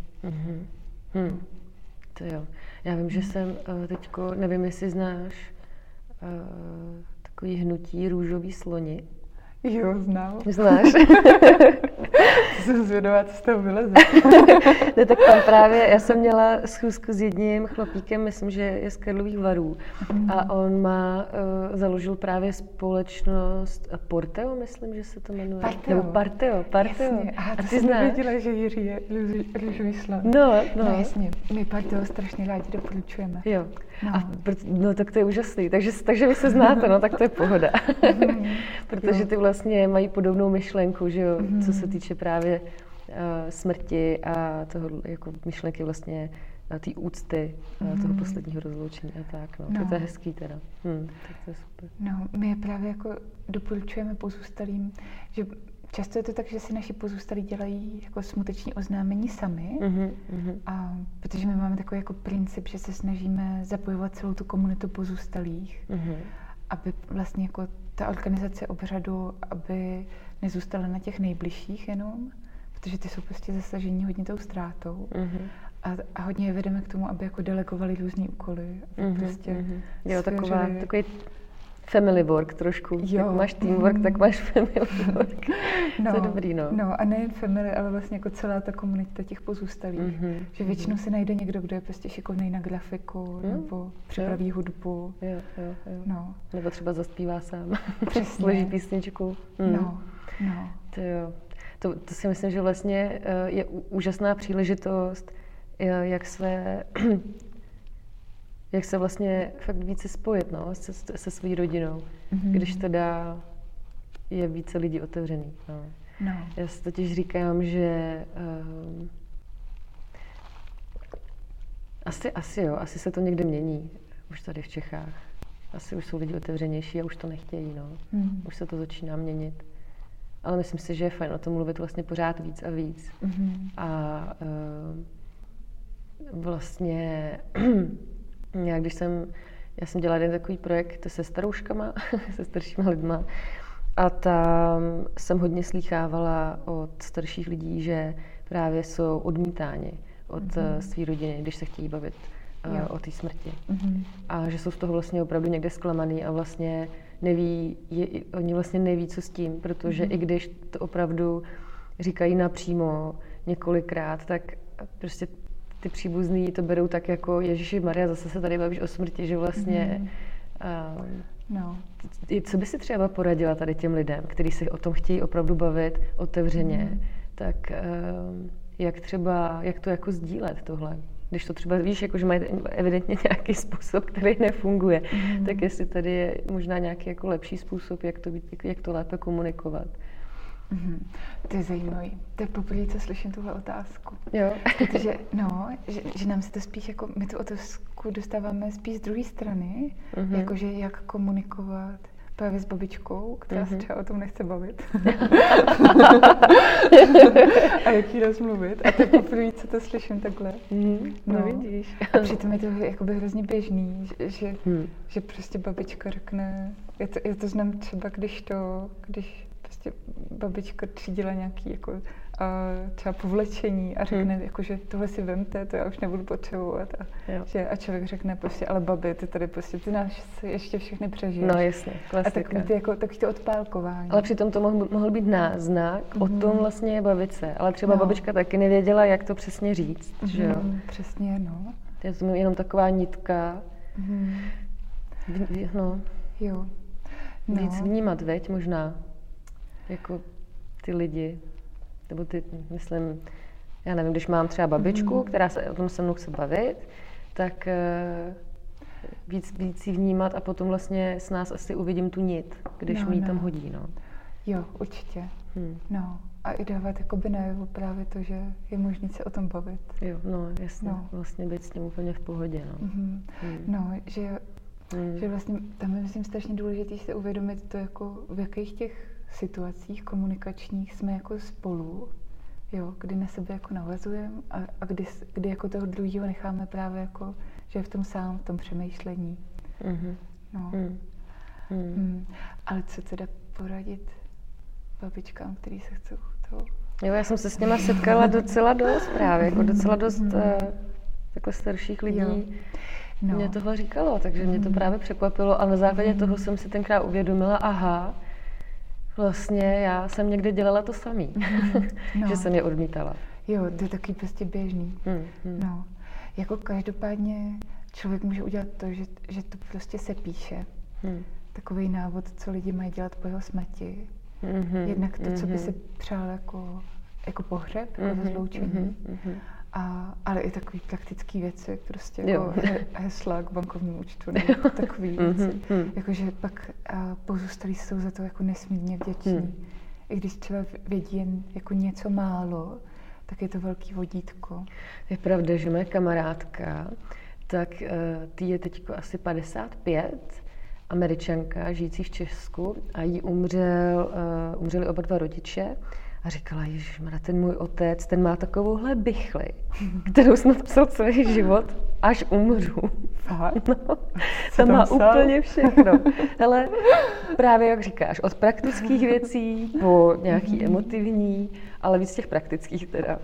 To jo. Já vím, že jsem teďko, nevím, jestli znáš takový hnutí Růžový sloni.
Jo, znám.
Znáš?
Jsem zvědavá, co z toho vyleze.
Ne, tak tam právě, já jsem měla schůzku s jedním chlapíkem, myslím, že je z Karlových Varů. A on založil právě společnost Porteo, myslím, že se to jmenuje. Parteo.
Jasně. Aha, to jsem nevěděla, že Jiří je Růžový slon.
No.
Jasně. My Parteo strašně rádi doporučujeme.
Jo. No tak to je úžasný. Takže vy se znáte, no tak to je pohoda. Protože ty vlastně mají podobnou myšlenku, že jo, co se týče právě smrti a toho jako myšlenky vlastně té úcty, toho posledního rozloučení a tak, no. To je hezký teda. Tak to je super.
No, my je právě jako doporučujeme pozůstalým, že často je to tak, že si naši pozůstalí dělají jako smuteční oznámení sami, a protože my máme takový jako princip, že se snažíme zapojovat celou tu komunitu pozůstalých, aby vlastně jako ta organizace obřadu, aby nezůstala na těch nejbližších jenom, protože ty jsou prostě zasažení hodně tou ztrátou. A hodně je vedeme k tomu, aby jako delegovali různý úkoly. Prostě
Jo, takový family work trošku. Jo. Jak máš teamwork, tak máš family work. To je dobrý, no.
No a nejen family, ale vlastně jako celá ta komunita těch pozůstalých. Že většinou se najde někdo, kdo je prostě šikovnej na grafiku, nebo připraví hudbu.
Jo.
No.
Nebo třeba zaspívá sám.
Přesně.
Složí písničku.
No.
To jo. To si myslím, že vlastně je úžasná příležitost, jak se vlastně fakt více spojit, no, se svojí rodinou, když teda je více lidí otevřený. No. Já si totiž říkám, že asi se to někde mění, už tady v Čechách. Asi už jsou lidi otevřenější a už to nechtějí, no. Už se to začíná měnit. Ale myslím si, že je fajn o tom mluvit vlastně pořád víc a víc. A vlastně já jsem dělala jeden takový projekt se starouškama, se staršíma lidma, a tam jsem hodně slýchávala od starších lidí, že právě jsou odmítáni od své rodiny, když se chtějí bavit o té smrti. A že jsou z toho vlastně opravdu někde zklamaný a vlastně oni vlastně neví, co s tím, protože i když to opravdu říkají napřímo několikrát, tak prostě ty příbuzní to berou tak jako Ježiši Maria, zase se tady bavíš o smrti, že vlastně co by si třeba poradila tady těm lidem, kteří se o tom chtějí opravdu bavit otevřeně, tak jak to jako sdílet tohle? Když to třeba víš, jako, že mají evidentně nějaký způsob, který nefunguje, tak jestli tady je možná nějaký jako lepší způsob, jak to lépe komunikovat.
To je zajímavý. To je poprvé, co slyším tuhle otázku.
Jo.
Protože, že nám se to spíš jako, my tu otázku dostáváme spíš z druhé strany, jakože jak komunikovat právě s babičkou, která se třeba o tom nechce bavit. A jak jí rozmluvit. A to je poprvé, co to slyším takhle.
No vidíš.
A přitom je to jakoby hrozně běžný, že prostě babička řekne, já to znám třeba, když prostě babička třídila nějaký jako třeba povlečení a řekne, jako, že tohle si vemte, to já už nebudu potřebovat. A člověk řekne prostě, ale babi, ty tady prostě, ty nás ještě všechny přežiješ.
No jasně, klasika.
A takový to odpálkování.
Ale přitom to mohl být náznak o tom vlastně bavit se. Ale třeba babička taky nevěděla, jak to přesně říct, že jo?
Přesně, no.
To je jenom taková nitka.
Jo.
Víc vnímat, veď, možná. Jako ty lidi, nebo myslím, já nevím, když mám třeba babičku, která se o tom se mnou chce bavit, tak víc ji vnímat a potom vlastně s nás asi uvidím tu nit, když mi ji tam hodí, no.
Jo, určitě. No. A i dávat jakoby najevo právě to, že je možné se o tom bavit.
Jo, no jasně, vlastně být s tím úplně v pohodě, no.
No, že vlastně tam je, myslím, strašně důležité si uvědomit to, jako v jakých těch situacích komunikačních jsme jako spolu, jo, kdy na sebe jako navazujeme a kdy jako toho druhého necháme právě jako, že je v tom sám, v tom přemýšlení. No. Ale co teda poradit babičkám, který se chcou toho?
Jo, já jsem se s nima setkala docela dost právě, jako docela dost takhle starších lidí. Mě tohle říkalo, takže mě to právě překvapilo a na základě toho jsem si tenkrát uvědomila, aha, vlastně já jsem někde dělala to samý, že jsem je odmítala.
Jo, to je taky prostě běžný. No, jako každopádně člověk může udělat to, že to prostě se píše. Takový návod, co lidi mají dělat po jeho smrti. Jednak to, co by si přál jako pohřeb, jako rozloučení. Ale i takový praktický věci, prostě jako hesla k bankovnímu účtu, nebo takový věci. Jakože pak pozůstalí jsou za to jako nesmírně vděční. I když třeba vědí jen jako něco málo, tak je to velký vodítko.
Je pravda, že moje kamarádka, tak ty je teď asi 55 Američanka, žijící v Česku a jí umřeli oba dva rodiče a říkala, ježišmarja, ten můj otec, ten má takovouhle bichli, kterou snad psal celý život, až umřu. No, to má úplně všechno. Hele, právě jak říkáš, od praktických věcí po nějaký emotivní, ale víc těch praktických teda.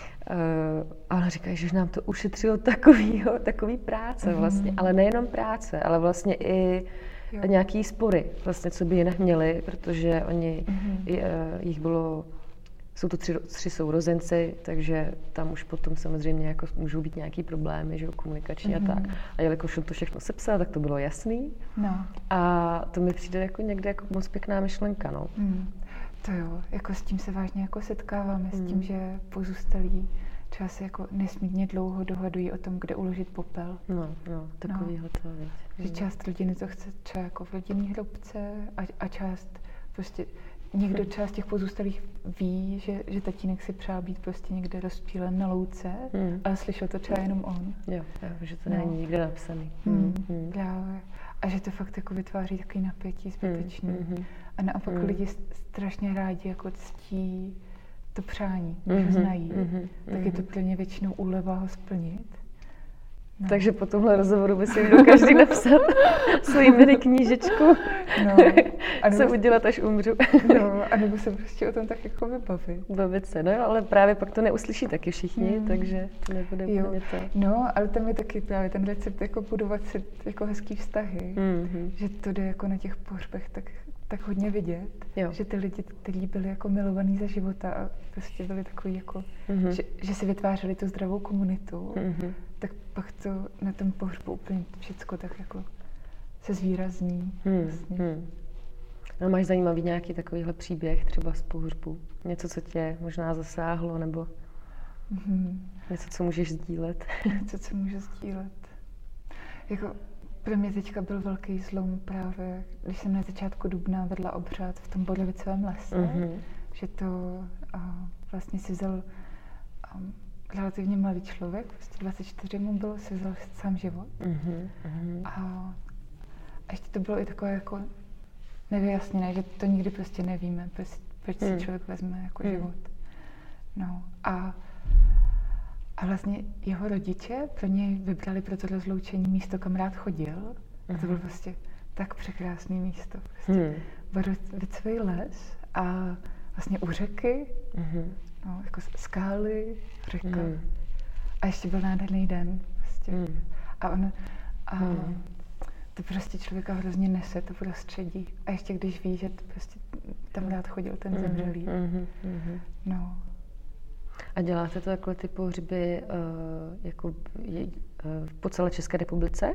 A ona říká, že nám to ušetřilo takový práce vlastně, ale nejenom práce, ale vlastně i nějaký spory, vlastně, co by jinak měli, protože oni, jich bylo, jsou to tři sourozenci, takže tam už potom samozřejmě jako můžou být nějaký problémy, že komunikační a tak. A jelikož on to všechno sepsal, tak to bylo jasný. No. A to mi přijde jako někde jako moc pěkná myšlenka, no.
To jo, jako s tím se vážně jako setkáváme, s tím, že pozůstalí třeba se jako nesmírně dlouho dohadují o tom, kde uložit popel.
No, takovýhle to věc.
Že část rodiny to chce třeba jako v rodinný hrobce a část prostě někdo část těch pozůstalých ví, že tatínek si přál být prostě někde rozptýlen na louce, ale slyšel to třeba jenom on.
Jo, že to není nikde napsaný.
Právě. A že to fakt jako vytváří takový napětí zbytečný. A naopak lidi strašně rádi jako ctí to přání, když ho znají, tak je to pro ně většinou úleva ho splnit.
No. Takže po tomhle rozhovoru by si měl každý napsat svoji mini knížečku, co udělat, až umřu.
A nebo se prostě o tom tak jako
Bavit se, ale právě pak to neuslyší taky všichni, takže to nebude úplně to.
No, ale tam je taky právě ten recept jako budovat si jako hezký vztahy, že to jde jako na těch pohřbech tak hodně vidět, že ty lidi, kteří byli jako milovaní za života a prostě byli takový jako, že si vytvářeli tu zdravou komunitu, tak pak to na tom pohřbu úplně všecko tak jako se zvýrazní. Vlastně.
No, máš zajímavý nějaký takovýhle příběh třeba z pohřbu? Něco, co tě možná zasáhlo, nebo něco, co můžeš sdílet?
Něco, co můžu sdílet. Jako pro mě teďka byl velký zlom právě, když jsem na začátku dubna vedla obřad v tom Bodlovicovém lese, že to vlastně si vzal relativně mladý člověk, vlastně 24 mu bylo, si vzal sám život. A ještě to bylo i takové jako nevyjasněné, že to nikdy prostě nevíme, proč si člověk vezme jako život. No a vlastně jeho rodiče pro něj vybrali pro to rozloučení místo, kam rád chodil. A to bylo prostě tak překrásné místo. Prostě Bodlovicový les a vlastně u řeky, jako skály, řeka. A ještě byl nádherný den. Prostě. To prostě člověka hrozně nese, to prostředí. A ještě když ví, že prostě tam rád chodil ten zemřelý. No.
A děláte to takhle ty pohřby jako po celé České republice?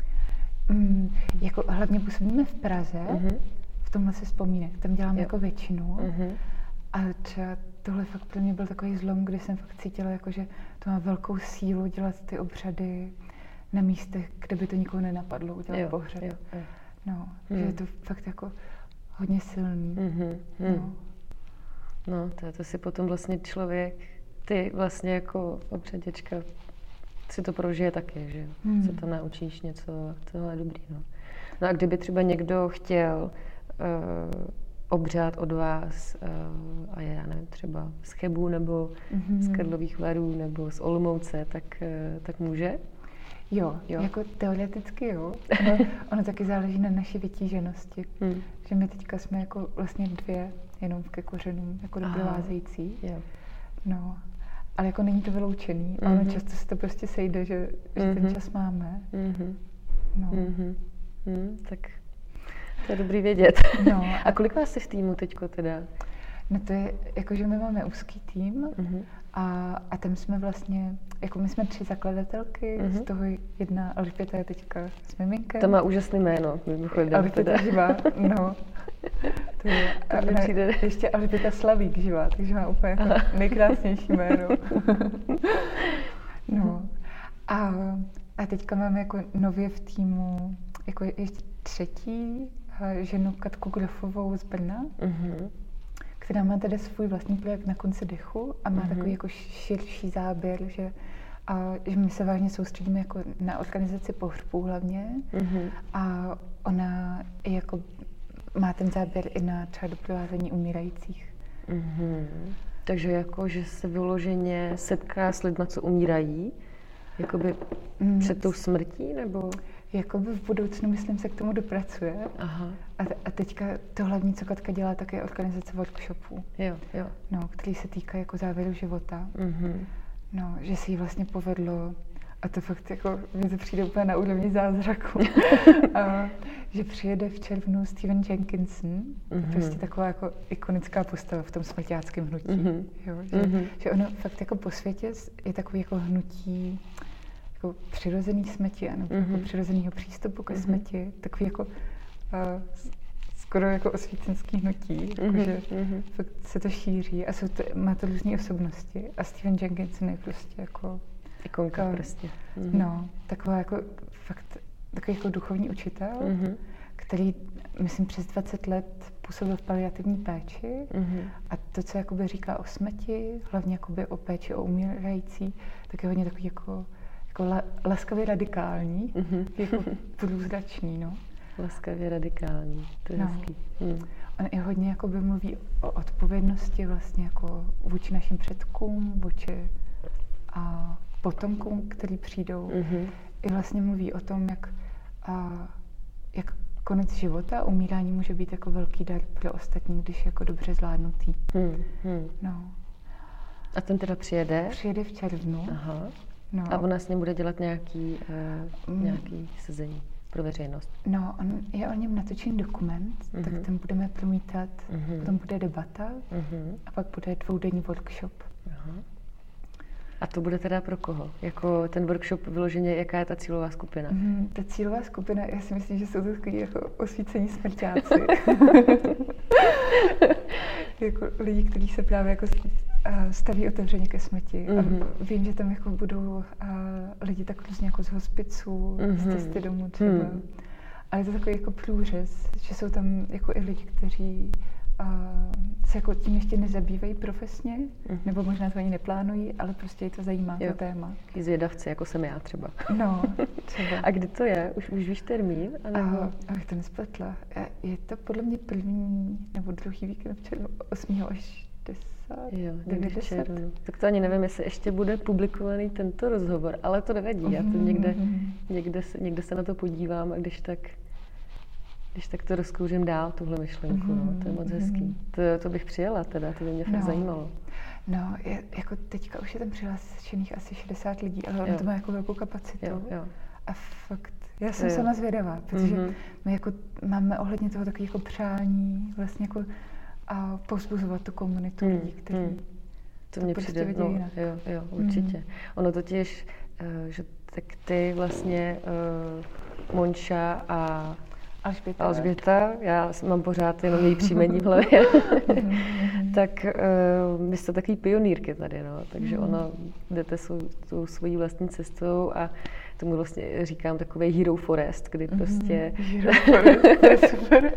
Jako hlavně působíme v Praze, v tomhle si vzpomínek. Tam dělám jako většinu. A třeba tohle fakt pro mě byl takový zlom, kdy jsem fakt cítila, jako, že to má velkou sílu dělat ty obřady na místech, kde by to nikoho nenapadlo udělat pohřeb. No, že je to fakt jako hodně silný.
No, to si potom vlastně člověk, ty vlastně jako obřaděčka, si to prožije taky, že se tam naučíš něco, tohle je dobrý. No a kdyby třeba někdo chtěl obřád od vás a já nevím, třeba z Chebu nebo z Karlových Varů nebo z Olomouce, tak může?
Jo, jako teoreticky jo. Ono taky záleží na naší vytíženosti. Že my teďka jsme jako vlastně 2 jenom ke kořenům, jako doprovázející. No, ale jako není to vyloučený. A ono často se to prostě sejde, že ten čas máme. No.
Tak to je dobrý vědět. No, a kolik vás je v týmu teďko teda?
No to je, jakože my máme úzký tým a tam jsme vlastně, jako my jsme 3 zakladatelky, z toho jedna Alžběta je teďka s miminkem.
To má úžasné jméno, mimochodem.
Alžběta živá, no. To je, ještě Alžběta Slavík živá, takže má úplně jako nejkrásnější jméno. No. A teďka máme jako nově v týmu jako ještě 3. ženu Katku Grofovou z Brna, která má tedy svůj vlastní projekt Na konci dechu a má takový jako širší záběr, že A že my se vážně soustředíme jako na organizaci pohřbů hlavně. A ona jako má ten záběr i na třeba doprovázení umírajících.
Takže jako, že se vyloženě setká s lidma, co umírají, jakoby před tou smrtí, nebo?
Jakoby v budoucnu, myslím, se k tomu dopracuje.
Aha.
A teďka to hlavní, co Katka dělá, tak je organizace workshopů.
Jo.
No, který se týká jako závěru života. No, že se jí vlastně povedlo, a to fakt jako, mně to přijde úplně na úrovni zázraku, že přijede v červnu Stephen Jenkinson, prostě taková jako ikonická postava v tom smrťáckém hnutí. Jo, že ono fakt jako po světě je takový jako hnutí jako přirozený smrti, nebo jako přirozeného přístupu ke smrti, takový jako skoro jako osvícenský hnutí, jakože fakt se to šíří a má to různé osobnosti a Stephen Jenkinson je prostě jako
ikonka prostě.
No, taková jako fakt takový jako duchovní učitel, který, myslím, přes 20 let působil v paliativní péči a to, co jakoby říká o smrti, hlavně jakoby o péči o umírající, tak je hodně takový jako laskavě radikální, jako průzračný, no.
Laskavě radikální, to je hezký.
On i hodně jakoby mluví o odpovědnosti vlastně jako vůči našim předkům, vůči potomkům, který přijdou. I vlastně mluví o tom, jak konec života, umírání může být jako velký dar pro ostatní, když je jako dobře zvládnutý. No.
A ten teda přijede?
Přijede v červnu.
Aha.
No.
A ona s ním bude dělat nějaký sezení pro veřejnost?
No, je o něm natočený dokument, tak ten budeme promítat, potom bude debata a pak bude 2denní workshop.
Aha. A to bude teda pro koho? Jako ten workshop vyloženě, jaká je ta cílová skupina?
Ta cílová skupina, já si myslím, že jsou to takový jako osvícení smrťáci. Jako lidi, kteří se právě jako staví otevřeně ke smrti. A vím, že tam jako budou lidi tak různě jako z hospiců, z cesty domů třeba. Ale je to takový jako průřez, že jsou tam jako i lidi, kteří se jako tím ještě nezabývají profesně, nebo možná to ani neplánují, ale prostě je to zajímá, to téma.
Taky zvědavci, jako jsem já třeba.
No, třeba.
A kdy to je? Už víš termín?
Abych to nespletla. Je to podle mě první nebo druhý víkend v červnu, 8. až 10.
Jo, 10. Tak to ani nevím, jestli ještě bude publikovaný tento rozhovor, ale to nevadí. Já to někde se na to podívám a když tak to rozkouřím dál, tuhle myšlenku, no, to je moc hezký. To bych přijela teda, to by mě fakt zajímalo.
No, jako teďka už je tam přihlášených asi 60 lidí, ale ono to má jako velkou kapacitu.
Jo.
A fakt, já jsem sama zvědavá, protože my jako máme ohledně toho takový jako přání, vlastně jako a povzbuzovat tu komunitu lidí, kteří
to mě prostě přijde, jo, určitě. Ono totiž, že tak ty vlastně Monča a Alžběta, já mám pořád jenom její příjmení v hlavě, tak vy jste takový pionýrky tady, no, takže ono jdete tou svojí vlastní cestou a tomu vlastně říkám takový Hero Forest, kdy prostě...
Hero Forest, to je super.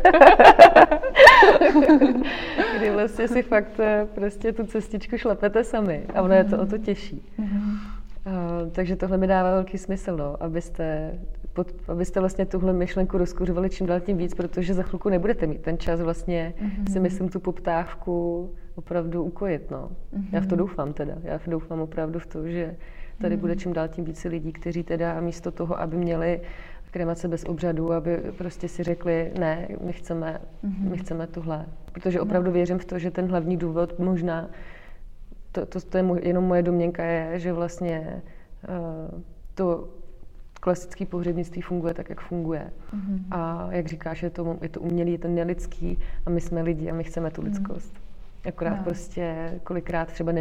Kdy vlastně si fakt prostě tu cestičku šlapete sami a ono je to o to těžší. Takže tohle mi dává velký smysl, no, abyste vlastně tuhle myšlenku rozkuřovali čím dál tím víc, protože za chvilku nebudete mít ten čas vlastně si myslím tu poptávku opravdu ukojit, no. Já v to doufám teda, já doufám opravdu v to, že tady bude čím dál tím více lidí, kteří teda místo toho, aby měli kremace bez obřadu, aby prostě si řekli, ne, my chceme tohle. Protože opravdu věřím v to, že ten hlavní důvod možná, to je jenom moje domněnka, je, že vlastně to klasické pohřebnictví funguje tak, jak funguje. A jak říkáš, je to umělý, je to nelidský a my jsme lidi a my chceme tu lidskost. Akorát prostě kolikrát třeba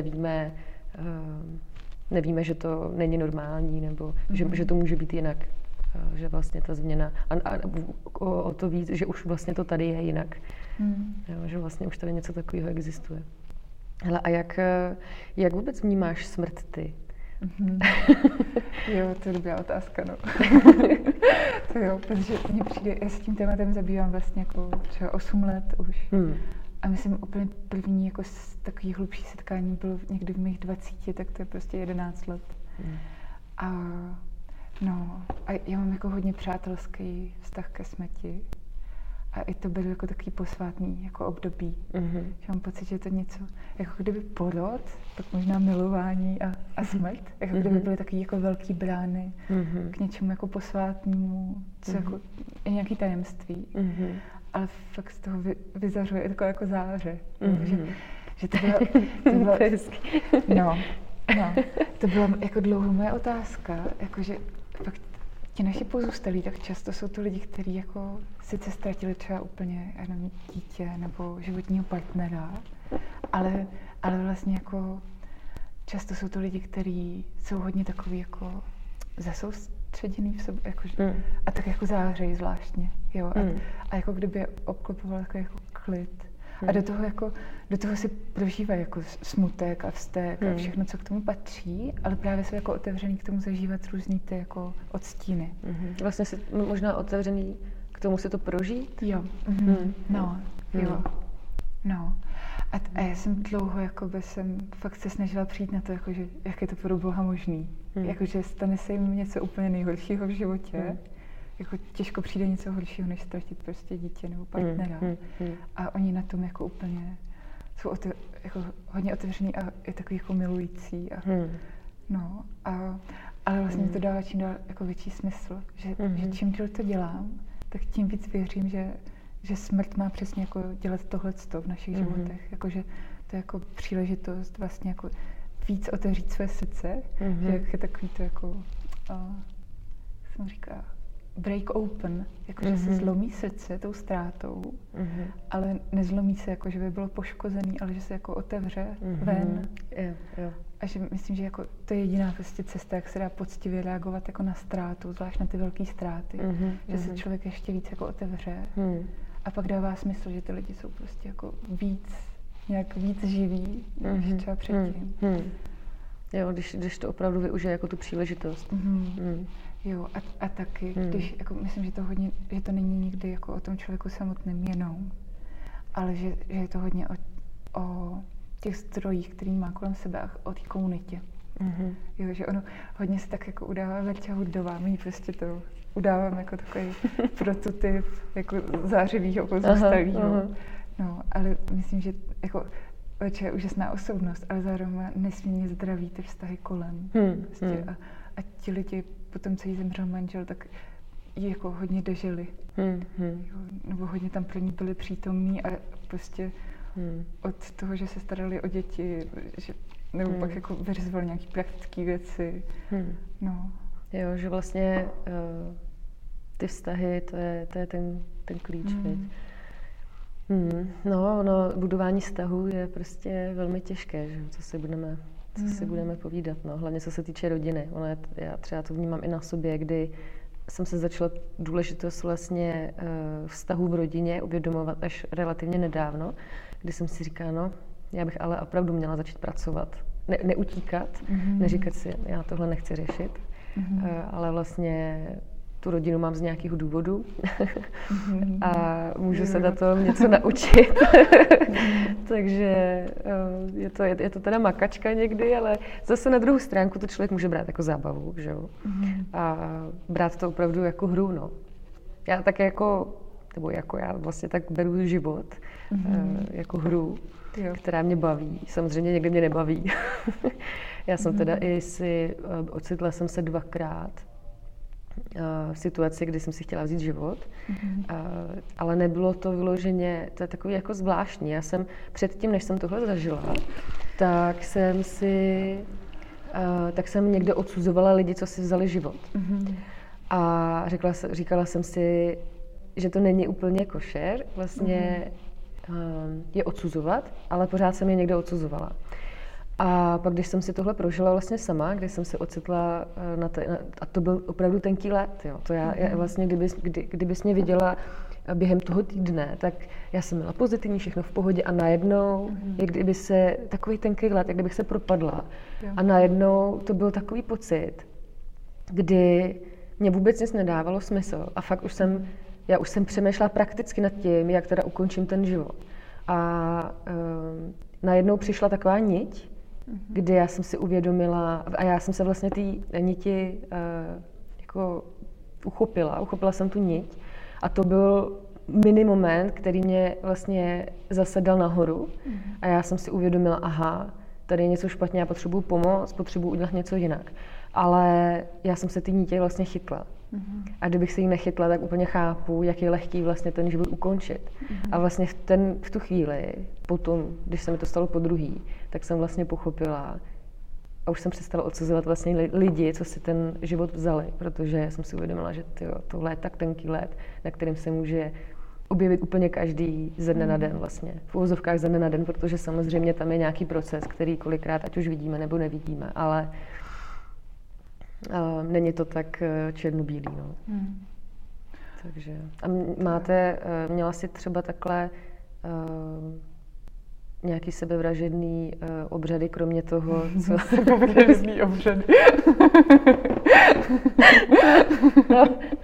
nevíme, že to není normální, nebo že to může být jinak. Že vlastně ta změna, a o to víc, že už vlastně to tady je jinak. Jo, že vlastně už tady něco takového existuje. Hele, a jak vůbec vnímáš smrt ty?
Jo, to je dobrá otázka, no. To jo, protože mně přijde, já se tím tématem zabývám vlastně jako třeba 8 let už. A myslím, úplně první jako takový hlubší setkání bylo někdy v mých 20, tak to je prostě 11 let. A já mám jako hodně přátelský vztah ke smrti. A i to bylo jako takový posvátný jako období. Že mám pocit, že to něco, jako kdyby porod, tak možná milování a smrt. Jako kdyby byly takový jako velký brány k něčemu jako posvátnému, co jako je nějaký tajemství. Ale fakt z toho vyzařuje taková jako záře. Že to bylo to byla jako dlouho moje otázka, jakože fakt ti naši pozůstalí, tak často jsou to lidi, kteří jako sice ztratili třeba úplně dítě nebo životního partnera, ale vlastně jako často jsou to lidi, kteří jsou hodně takový jako zasoustředěný v sobě a tak jako zářejí zvláštně. Jo? A jako kdyby obklopoval takový jako klid. A do toho si prožívají jako smutek a vztek a všechno, co k tomu patří, ale právě jsou jako otevřený k tomu zažívat různý ty jako odstíny.
Vlastně si možná otevřený k tomu si to prožít?
Jo. A já jsem dlouho fakt se snažila přijít na to, jakože, jak je to pro Boha možný. Jakože stane se jim něco úplně nejhoršího v životě. Jako těžko přijde něco horšího, než ztratit prostě dítě nebo partnera. A oni na tom jako úplně jsou jako hodně otevřený a je takový jako milující. Ale vlastně to dává čím dál jako větší smysl, že čím díl to dělám, tak tím víc věřím, že smrt má přesně jako dělat tohleto v našich životech. Jakože to je jako příležitost vlastně jako víc otevřít své srdce, že je takový to jako, jak jsem říkala, break open, jakože se zlomí srdce tou ztrátou, ale nezlomí se, jako že by bylo poškozený, ale že se jako otevře ven.
Jo.
A že myslím, že jako to je jediná prostě cesta, jak se dá poctivě reagovat jako na ztrátu, zvlášť na ty velké ztráty, že se člověk ještě víc jako otevře. A pak dává smysl, že ty lidi jsou prostě jako nějak víc živí, než třeba předtím.
Jo, když to opravdu využije jako tu příležitost.
Jo, a taky, když, jako, myslím, že to není nikdy jako o tom člověku samotném jenom, ale že je to hodně o těch zdrojích, který má kolem sebe a o té komunitě. Jo, že ono hodně se tak jako udává Verča Hudová, my prostě to udáváme jako takový prototyp jako zářivýho pozůstalýho. No, ale myslím, že jako Verča je úžasná osobnost, ale zároveň má nesmírně zdraví ty vztahy kolem. Prostě a ti lidi potom, co jí zemřel manžel, tak ji jako hodně dožili. Jo, nebo hodně tam pro ní byli přítomní a prostě od toho, že se starali o děti, nebo pak jako vyřizovali nějaké praktické věci.
Jo, že vlastně ty vztahy, to je ten klíč. Budování vztahu je prostě velmi těžké, že? Co si budeme povídat, hlavně co se týče rodiny. Já třeba to vnímám i na sobě, kdy jsem se začala důležitost vlastně vztahu v rodině uvědomovat až relativně nedávno, kdy jsem si říkala, já bych ale opravdu měla začít pracovat. Neutíkat, neříkat si, já tohle nechci řešit, ale vlastně tu rodinu mám z nějakého důvodu a můžu se na tom něco naučit. Takže je to teda makačka někdy, ale zase na druhou stránku to člověk může brát jako zábavu, že jo? A brát to opravdu jako hru, Já také jako já vlastně tak beru život jako hru, která mě baví. Samozřejmě někdy mě nebaví. Já jsem teda ocitla jsem se 2krát v situaci, kdy jsem si chtěla vzít život, ale nebylo to vyloženě, to je takový jako zvláštní. Já jsem předtím, než jsem tohle zažila, tak jsem někde odsuzovala lidi, co si vzali život. A říkala jsem si, že to není úplně košer, vlastně je odsuzovat, ale pořád jsem je někde odsuzovala. A pak, když jsem si tohle prožila vlastně sama, když jsem se ocitla a to byl opravdu tenký led, jo. To já vlastně, kdybys mě viděla během toho týdne, tak já jsem měla pozitivní, všechno v pohodě a najednou, jak kdyby se, takový tenký led, jak kdybych se propadla. A najednou to byl takový pocit, kdy mě vůbec nic nedávalo smysl a fakt já už jsem přemýšlela prakticky nad tím, jak teda ukončím ten život. A najednou přišla taková niť kdy já jsem si uvědomila, a já jsem se vlastně té niti jako uchopila jsem tu niť a to byl mini moment, který mě vlastně zase dal nahoru a já jsem si uvědomila, aha, tady je něco špatně, já potřebuju pomoct, potřebuju udělat něco jinak. Ale já jsem se ty nitě vlastně chytla. A kdybych se jí nechytla, tak úplně chápu, jak je lehký vlastně ten život ukončit. A vlastně v tu chvíli, potom, když se mi to stalo podruhý, tak jsem vlastně pochopila a už jsem přestala odsuzovat vlastně lidi, co si ten život vzali, protože jsem si uvědomila, že tohle je tak tenký led, na kterým se může objevit úplně každý ze dne na den vlastně. V uvozovkách ze dne na den, protože samozřejmě tam je nějaký proces, který kolikrát ať už vidíme nebo nevidíme, ale není to tak černobílý, no. Takže. A měla jsi třeba takhle nějaký sebevražedný obřady, kromě toho, co...
Sebevražedný obřady.
No.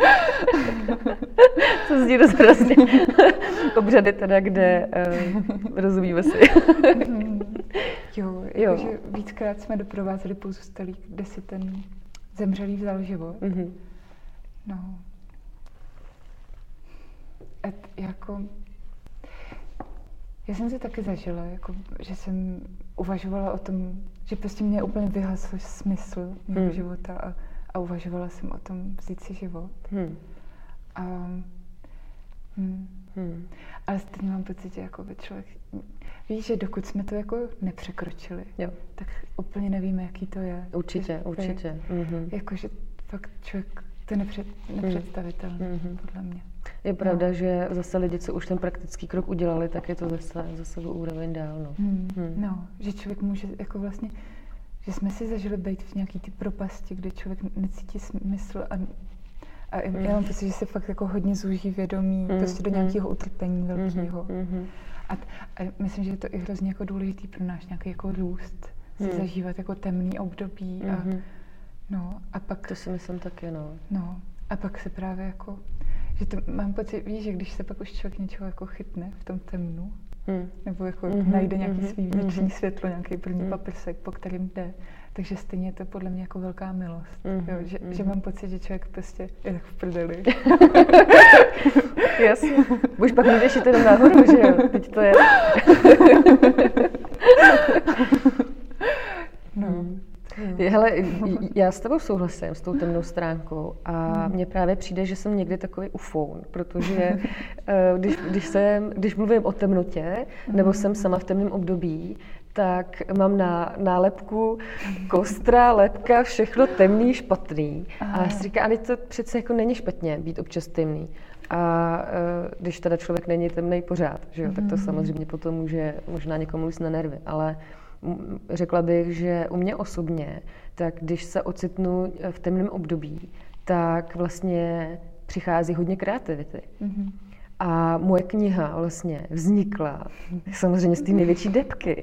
To zní dost hrozně. Obřady teda, kde rozumíme si.
Jo, jakože víckrát jsme doprovázeli pozůstalí, kde si ten zemřelý vzal život. No. Jako... Já jsem si taky zažila, jako, že jsem uvažovala o tom, že prostě mě úplně vyhasl smysl mého života a uvažovala jsem o tom vzít si život. Ale stejně mám pocit, že jako člověk, víš, že dokud jsme to jako nepřekročili, tak úplně nevíme, jaký to je.
Určitě.
Jakože fakt člověk, to je nepředstavitelné, podle mě.
Je pravda, že zase lidi, co už ten praktický krok udělali, tak je to zase o úroveň dál.
No, že člověk může jako vlastně, že jsme si zažili být v nějaký ty propasti, kde člověk necítí smysl a já mám pocit, že se fakt jako hodně zúží vědomí prostě do nějakého utrpení velkého. A myslím, že je to i hrozně jako důležitý pro náš nějaký jako růst, si zažívat jako temný období a pak...
To si myslím taky,
No, a pak se právě jako... Že to mám pocit, víš, že když se pak už člověk něčeho jako chytne v tom temnu, nebo jako najde nějaký svý vnitřní světlo, nějaký první paprsek, po kterým jde, takže stejně je to podle mě jako velká milost. Jo, že mám pocit, že člověk prostě je tak v prdeli.
Jasně. Už pak nejdeš jenom nahoru, že jo? Teď to je... Hele, já s tebou souhlasím s tou temnou stránkou a mně právě přijde, že jsem někdy takový ufoun, protože když mluvím o temnotě, nebo jsem sama v temném období, tak mám na nálepku kostra, lepka, všechno temný, špatný. A já si říkám, ale to přece jako není špatně být občas temný. A když teda člověk není temnej pořád, že jo, tak to samozřejmě potom může možná někomu jít na nervy, ale řekla bych, že u mě osobně, tak když se ocitnu v temném období, tak vlastně přichází hodně kreativity. A moje kniha vlastně vznikla samozřejmě z té největší depky.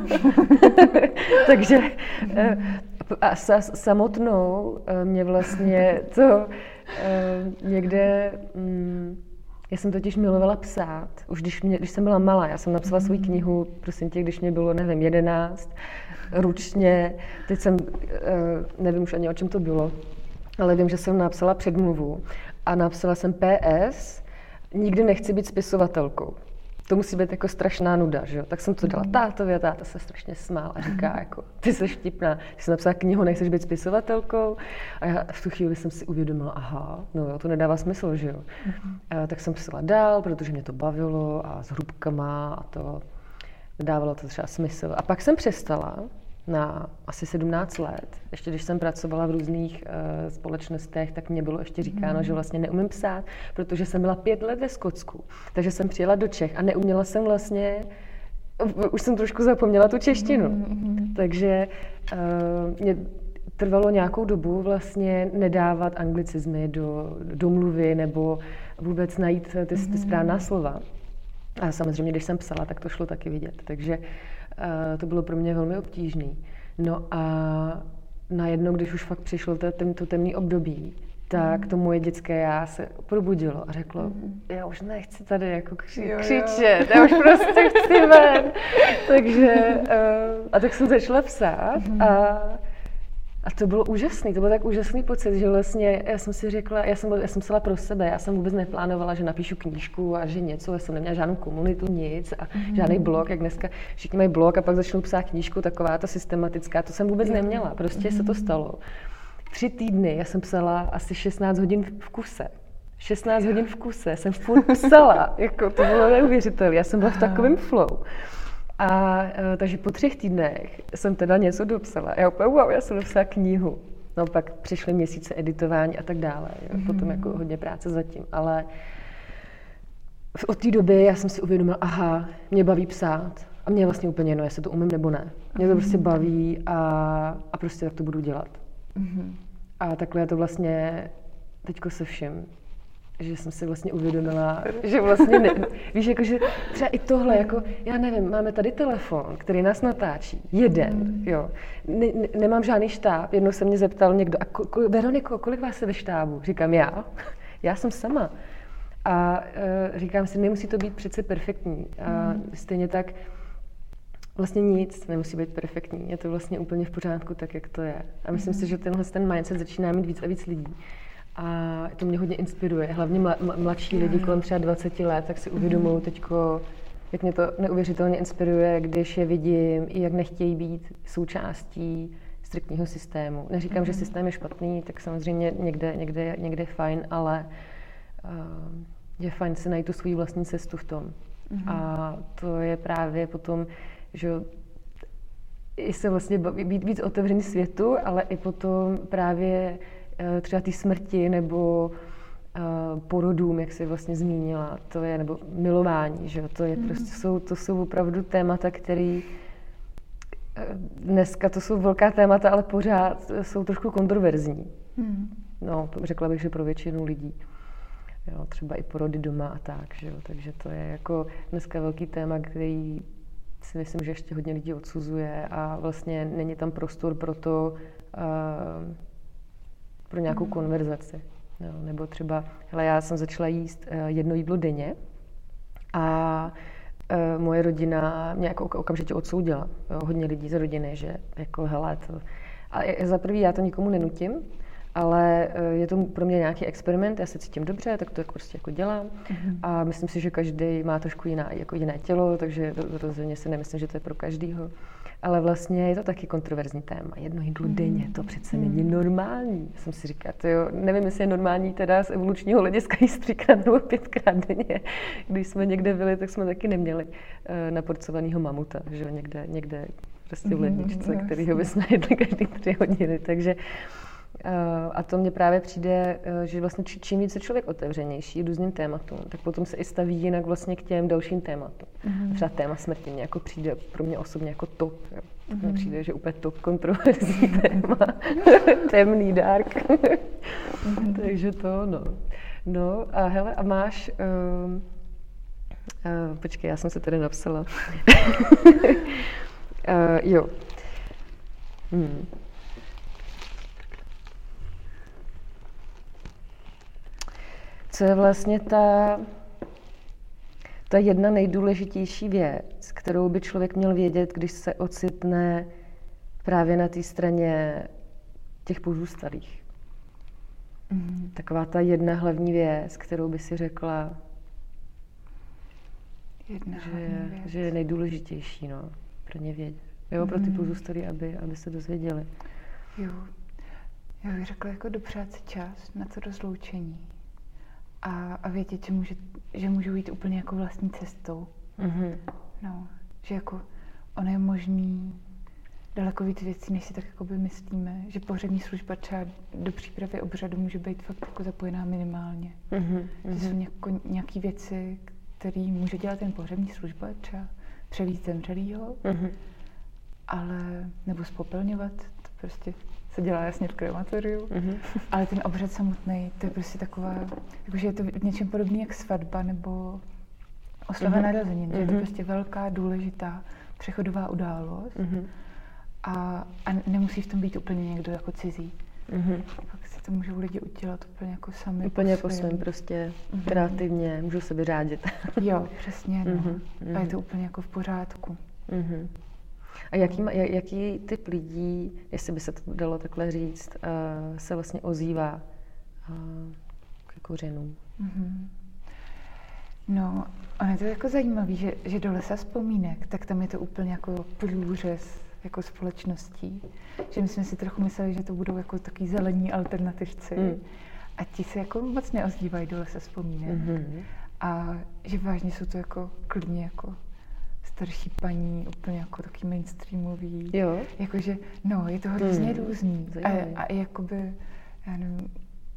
Takže a samotnou mě vlastně to někde... Já jsem totiž milovala psát, už když jsem byla malá. Já jsem napsala svou knihu, prosím tě, když mě bylo, nevím, 11, ručně. Teď jsem, nevím už ani o čem to bylo, ale vím, že jsem napsala předmluvu a napsala jsem PS, nikdy nechci být spisovatelkou. To musí být jako strašná nuda, že jo? Tak jsem to dala tátovi a táta se strašně smál a říká jako, ty jsi vtipná, ty jsi napsala knihu, nechceš být spisovatelkou? A já v tu chvíli jsem si uvědomila, aha, no jo, to nedává smysl, že jo? Tak jsem psala dál, protože mě to bavilo a s hrubkama a to dávalo to třeba smysl. A pak jsem přestala na asi 17 let. Ještě když jsem pracovala v různých společnostech, tak mě bylo ještě říkáno, že vlastně neumím psát, protože jsem byla 5 let ve Skotsku. Takže jsem přijela do Čech a neuměla jsem vlastně, už jsem trošku zapomněla tu češtinu. Takže mě trvalo nějakou dobu vlastně nedávat anglicizmy do mluvy nebo vůbec najít ty správná slova. A samozřejmě, když jsem psala, tak to šlo taky vidět. Takže to bylo pro mě velmi obtížné. No a najednou, když už fakt přišlo to temné období, tak to moje dětské já se probudilo a řeklo, já už nechci tady jako křičet, já už prostě chci ven. Takže, a tak jsem začala psát a to bylo úžasný, to byl tak úžasný pocit, že vlastně já jsem si řekla, já jsem psala pro sebe, já jsem vůbec neplánovala, že napíšu knížku a že něco, já jsem neměla žádnou komunitu, nic a žádný blog, jak dneska všichni mají blog a pak začnou psát knížku, taková ta systematická, to jsem vůbec neměla, prostě se to stalo. 3 týdny já jsem psala asi 16 hodin v kuse. 16 hodin v kuse jsem furt psala, jako to bylo neuvěřitelné, já jsem byla v takovém flow. Takže po 3 týdnech jsem teda něco dopsala. Já úplně, já jsem dopsala knihu. No pak přišly měsíce editování a tak dále. Potom jako hodně práce zatím. Ale od té doby já jsem si uvědomila, mě baví psát. A mě je vlastně úplně jedno, jestli to umím nebo ne. Mě to prostě baví a prostě tak to budu dělat. A takhle je to vlastně teďko se vším. Že jsem si vlastně uvědomila, že vlastně víš, jakože třeba i tohle, jako, já nevím, máme tady telefon, který nás natáčí, jeden, jo. Nemám žádný štáb, jednou se mě zeptal někdo, Veroniko, kolik vás je ve štábu? Říkám, já jsem sama. A říkám si, nemusí to být přece perfektní. A stejně tak vlastně nic nemusí být perfektní, je to vlastně úplně v pořádku tak, jak to je. A myslím si, že ten mindset začíná mít víc a víc lidí. A to mě hodně inspiruje, hlavně mladší lidi kolem třeba 20 let, tak si uvědomují teďko, jak mě to neuvěřitelně inspiruje, když je vidím, i jak nechtějí být součástí striktního systému. Neříkám, že systém je špatný, tak samozřejmě někde je fajn, ale je fajn si najít tu svou vlastní cestu v tom. A to je právě potom, že i se vlastně být víc otevřený světu, ale i potom právě třeba té smrti nebo porodům, jak jsi vlastně zmínila, to je, nebo milování, že jo, to je prostě, to jsou opravdu témata, které dneska to jsou velká témata, ale pořád jsou trošku kontroverzní. No, řekla bych, že pro většinu lidí. Jo, třeba i porody doma a tak, že jo, takže to je jako dneska velký téma, který si myslím, že ještě hodně lidí odsuzuje a vlastně není tam prostor pro to, pro nějakou konverzaci. Jo, nebo třeba, já jsem začala jíst 1 jídlo denně a moje rodina mě jako okamžitě odsoudila. Jo, hodně lidí z rodiny, že jako a za prvý já to nikomu nenutím, ale je to pro mě nějaký experiment, já se cítím dobře, tak to jako prostě jako dělám. A myslím si, že každý má trošku jiné tělo, takže rozhodně si nemyslím, že to je pro každýho. Ale vlastně je to taky kontroverzní téma. 1 jídlo denně, to přece není normální. Já jsem si říkala, nevím, jestli je normální teda z evolučního hlediska jíst 3krát nebo 5krát denně. Když jsme někde byli, tak jsme taky neměli naporcovanýho mamuta, že někde prostě v ledničce, kterýho bychom jedli každý 3 hodiny. Takže a to mně právě přijde, že vlastně čím více člověk otevřenější různým tématům, tak potom se i staví jinak vlastně k těm dalším tématům. Třeba téma smrti mě jako přijde pro mě osobně jako top. Jo. Mně přijde, že úplně top kontroverzní téma. Temný, dark. Takže to, no. No a hele, a máš... počkej, já jsem se tady napsala. Jo. Co je vlastně ta jedna nejdůležitější věc, kterou by člověk měl vědět, když se ocitne právě na té straně těch pozůstalých? Taková ta jedna hlavní věc, kterou by si řekla, že je nejdůležitější, no, pro ně vědět. Jo, pro ty pozůstalí, aby se dozvěděli.
Jo, já bych řekla, jako dopřát si čas na to rozloučení. A vědět, že můžou jít úplně jako vlastní cestou. No, že jako ono je možný daleko víc věcí, než si tak jako by myslíme, že pohřební služba třeba do přípravy obřadu může být fakt jako zapojená minimálně. Že jsou nějaké věci, které může dělat ten pohřební služba, třeba převízt zemřelýho, ale nebo spopelňovat, to prostě se dělá jasně v krematoriu, ale ten obřad samotný, to je prostě taková, jakože je to v něčem podobný jak svatba nebo oslava narozenin, že je to prostě velká, důležitá přechodová událost a nemusí v tom být úplně někdo jako cizí. Pak si to můžou lidi udělat úplně jako sami.
Úplně po svém prostě kreativně, můžou se vyřádit.
Jo, přesně, no. A je to úplně jako v pořádku.
A jaký typ lidí, jestli by se to dalo takhle říct, se vlastně ozývá k kořenům?
No, ono je to jako zajímavé, že do Lesa vzpomínek, tak tam je to úplně jako průřez jako společností. Že my jsme si trochu mysleli, že to budou jako takový zelení alternativci. A ti se jako moc neozdívají do Lesa vzpomínek. A že vážně jsou to jako klidně jako starší paní, úplně jako taky mainstreamový.
Jo.
Jakože, no, je to hrozně různý. A jakoby, já nevím,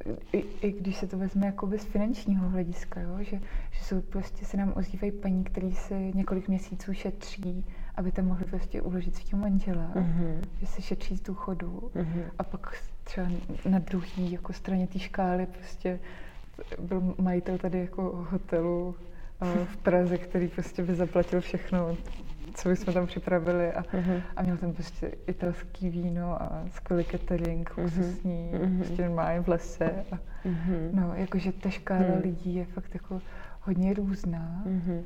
i když se to vezme jakoby z finančního hlediska, jo? Že jsou prostě, se nám ozývají paní, který se několik měsíců šetří, aby tam mohli prostě uložit svého manžela, že se šetří z důchodu a pak třeba na druhé jako straně té škály prostě byl majitel tady jako hotelu v Praze, který prostě by zaplatil všechno, co bychom tam připravili a měl tam prostě italský víno a skvělý catering, luxusní, prostě normálně v lese. No, jakože ta škála lidí je fakt jako hodně různá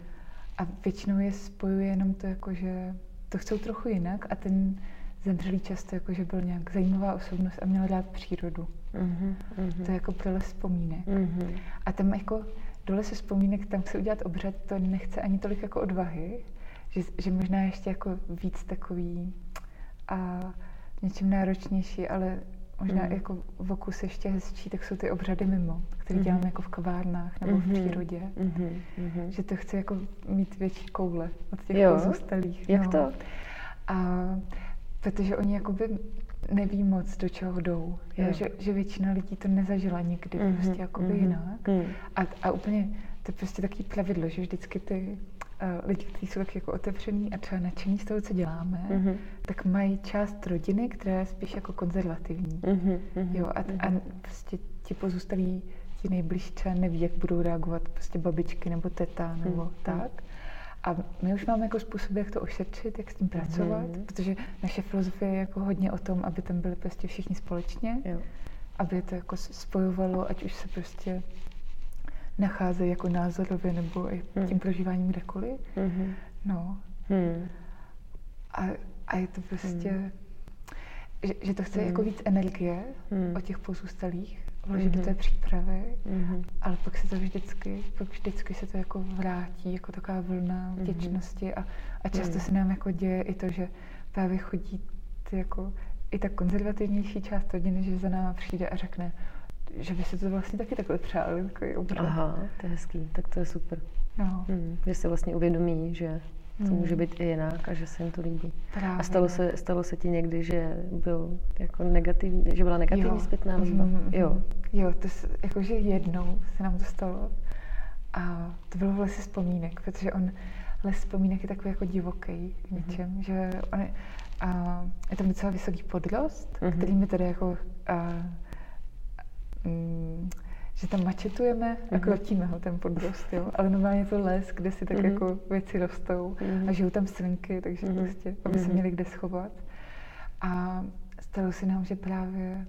a většinou je spojuje jenom to, jakože to chcou trochu jinak a ten zemřelý často jakože byl nějak zajímavá osobnost a měl rád přírodu. To je jako pro Les vzpomínek. A tam jako do Lesa vzpomínek, tam chce udělat obřad, to nechce ani tolik jako odvahy, že možná ještě jako víc takový a něčím náročnější, ale možná jako v okus ještě hezčí, tak jsou ty obřady mimo, které děláme jako v kavárnách nebo v přírodě. Že to chce jako mít větší koule od těch pozůstalých.
Jak to?
A protože oni jakoby neví moc, do čeho jdou. Že většina lidí to nezažila nikdy prostě jakoby jinak. A úplně to je prostě takový pravidlo, že vždycky ty lidi, kteří jsou tak jako otevření a třeba nadšení z toho, co děláme, tak mají část rodiny, která je spíš jako konzervativní. Jo, a prostě ti pozůstalí, ti nejbližší třeba neví, jak budou reagovat prostě babičky nebo teta nebo tak. A my už máme jako způsob, jak to ošetřit, jak s tím pracovat, protože naše filozofie je jako hodně o tom, aby tam byli prostě všichni společně, aby to jako spojovalo, ať už se prostě nacházejí jako názorově nebo i tím prožíváním kdekoliv. No. A je to prostě, že to chce jako víc energie od těch pozůstalých, vložit do té přípravy, ale pak se to vždycky se to jako vrátí, jako taková vlna vděčnosti a často se nám jako děje i to, že právě chodí ty jako i ta konzervativnější část rodiny, že za náma přijde a řekne, že by si to vlastně taky takhle přáli, takový obraz.
Aha, to je hezký, tak to je super.
No.
Že se vlastně uvědomí, že to může být i jinak a že se jim to líbí. Právě. A stalo se ti někdy, že byl jako negativní, že byla negativní zpětná vazba?
Jo, to jakože jednou se nám to stalo a to bylo v Lese vzpomínek, protože Les vzpomínek je takový jako divoký v něčem, že je tam docela vysoký podrost, který mi tady jako že tam mačetujeme a krotíme ho ten podrost, jo. Ale normálně je to les, kde si tak jako věci rostou a žijou tam srnky, takže prostě, aby se měli kde schovat. A stalo se nám, že právě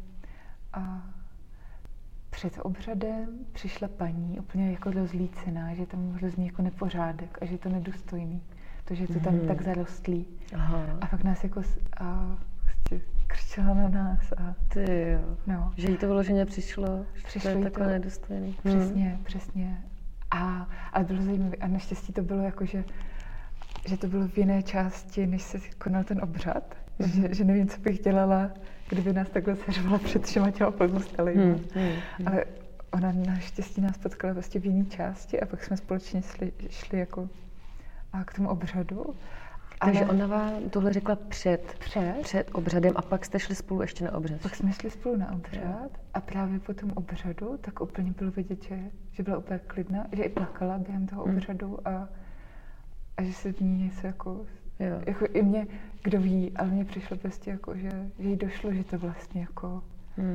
před obřadem přišla paní úplně jako rozlícená, že tam hrozný jako nepořádek a že je to nedůstojný. To, že je to tam tak zarostlý. A pak nás jako křičela na nás a...
Ty jo.
No.
Že jí to vyloženě přišlo to je takové nedostojný.
Přesně. Ale bylo zajímavé. A naštěstí to bylo jako, že to bylo v jiné části, než se konal ten obřad. Že nevím, co bych dělala, kdyby nás takhle seřvala před všema těma pozůstalými. Ale ona naštěstí nás potkala vlastně v jiné části a pak jsme společně šli jako k tomu obřadu.
Takže ona vám tohle řekla před obřadem a pak jste šli spolu ještě na obřad.
Pak jsme šli spolu na obřad a právě po tom obřadu tak úplně bylo vidět, že byla úplně klidná, že i plakala během toho obřadu a že se v ní něco jako i mě, kdo ví, ale mně přišlo prostě jako, že jí došlo, že to vlastně jako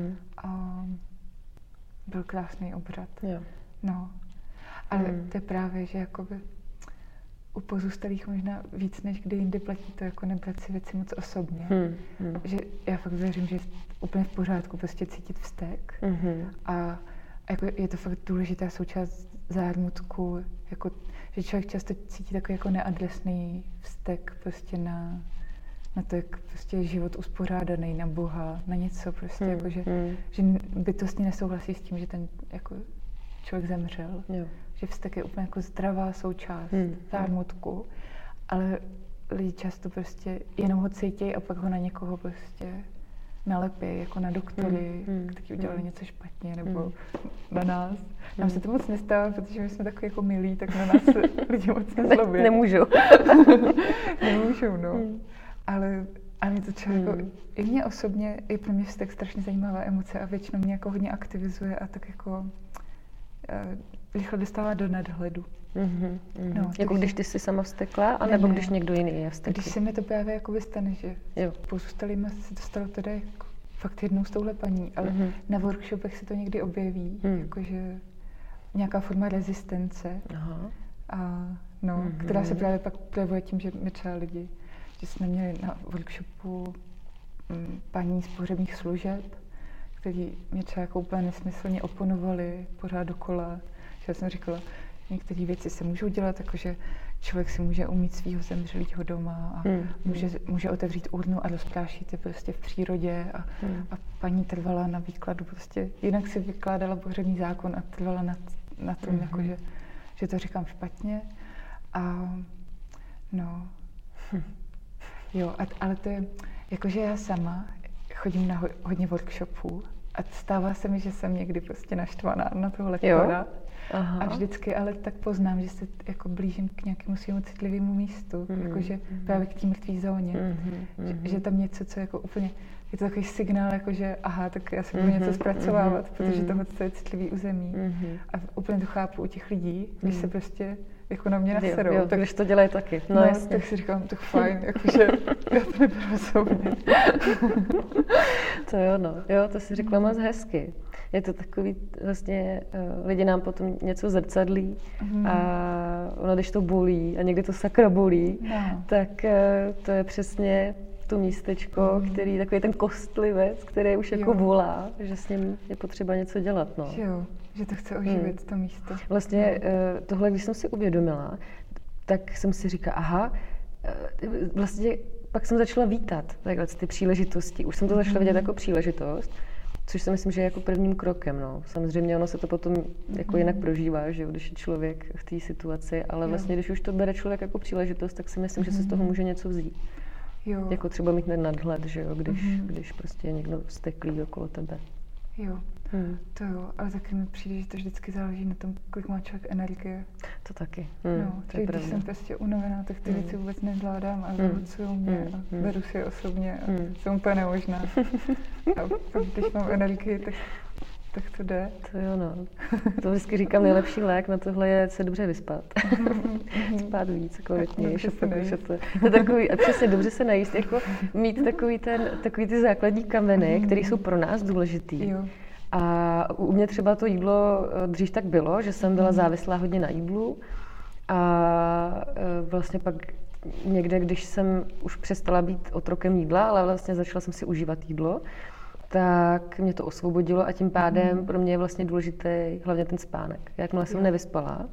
byl krásný obřad.
Jo.
No, ale to je právě, že jakoby u pozůstalých možná víc než kdy jindy platí to jako nebrat si věci moc osobně. Že já fakt věřím, že je úplně v pořádku prostě cítit vztek a jako je to fakt důležitá součást zármutku, jako, že člověk často cítí takový jako neadresný vztek prostě na to, jak prostě je život uspořádaný, na Boha, na něco prostě, jako, že bytostně nesouhlasí s tím, že ten jako člověk zemřel. Jo. Že vztek je úplně jako zdravá součást zármutku, ale lidi často prostě jenom ho cítějí a pak ho na někoho prostě nalepí, jako na doktory, kteří udělali něco špatně, nebo na nás. Nám se to moc nestává, protože my jsme takový jako milí, tak na nás se lidi moc nezlobí.
Nemůžou.
Nemůžou, no. Ale mě to třeba jako, i mě osobně je pro mě vztek strašně zajímavá emoce a většinou mě jako hodně aktivizuje a tak jako rychle dostává do nadhledu.
No, jako když ty jsi sama vztekla, anebo ne. Když někdo jiný je vzteklý?
Když se mi to právě jako vystane, že pozůstalým se to stalo teda jako fakt jednou s touhle paní, ale na workshopech se to někdy objeví, jakože nějaká forma rezistence, která se právě pak projevuje tím, že my třeba lidi, že jsme měli na workshopu paní z pohřebních služeb, kteří mě třeba jako úplně nesmyslně oponovali pořád dokola. Že já jsem říkala, některé věci se můžou dělat, jakože člověk si může umýt svého zemřelého doma a může otevřít urnu a rozprášit je prostě v přírodě a paní trvala na výkladu prostě, jinak si vykládala pohřební zákon a trvala na tom, jakože, že to říkám špatně a no, jo, ale to je, jakože já sama chodím na hodně workshopů a stává se mi, že jsem někdy prostě naštvaná na toho lektora. A vždycky ale tak poznám, že se jako blížím k nějakému svému citlivému místu, jakože právě k té mrtvé zóně. Že tam něco, co jako úplně, je to takový signál, jakože aha, tak já se budu něco zpracovávat, protože tohle je citlivý území. A úplně to chápu u těch lidí, když se prostě jako na mě naserou.
Jo, tak když to dělají taky.
No jasně. Tak si říkám, tak fajn, jakože já to neberu osobně.
To jo, no. Jo, to si řekla moc hezky. Je to takový, vlastně lidi nám potom něco zrcadlí a ono, když to bolí a někdy to sakra bolí, tak to je přesně to místečko, který takový ten kostlivec, který už jako volá, že s ním je potřeba něco dělat, no.
Jo, že to chce oživit to místo.
Vlastně tohle, když jsem si uvědomila, tak jsem si říkala, aha, vlastně pak jsem začala vítat takhle ty příležitosti. Už jsem to začala vidět jako příležitost, což si myslím, že je jako prvním krokem, no. Samozřejmě ono se to potom jako jinak prožívá, že jo, když je člověk v té situaci, ale vlastně když už to bere člověk jako příležitost, tak si myslím, že se z toho může něco vzít. Jo. Jako třeba mít nadhled, že jo, když prostě je někdo vzteklý okolo tebe.
Jo, to jo, ale taky mi přijde, že to vždycky záleží na tom, kolik má člověk energie.
To taky,
no,
to je
když jsem prostě unavená, tak ty věci vůbec nezvládám a zahlcují mě a beru si je osobně a jsem úplně nemožná. A když mám energii, tak to jde.
To jo, no. To vždycky říkám, nejlepší lék na tohle je se dobře vyspat. Spát víc, kvalitně, to je takový, a přesně dobře se najíst, jako mít takový ty základní kameny, které jsou pro nás důležitý. Jo. A u mě třeba to jídlo dřív tak bylo, že jsem byla závislá hodně na jídlu a vlastně pak někde, když jsem už přestala být otrokem jídla, ale vlastně začala jsem si užívat jídlo, tak mě to osvobodilo a tím pádem pro mě je vlastně důležitý hlavně ten spánek. Jakmile jsem nevyspala,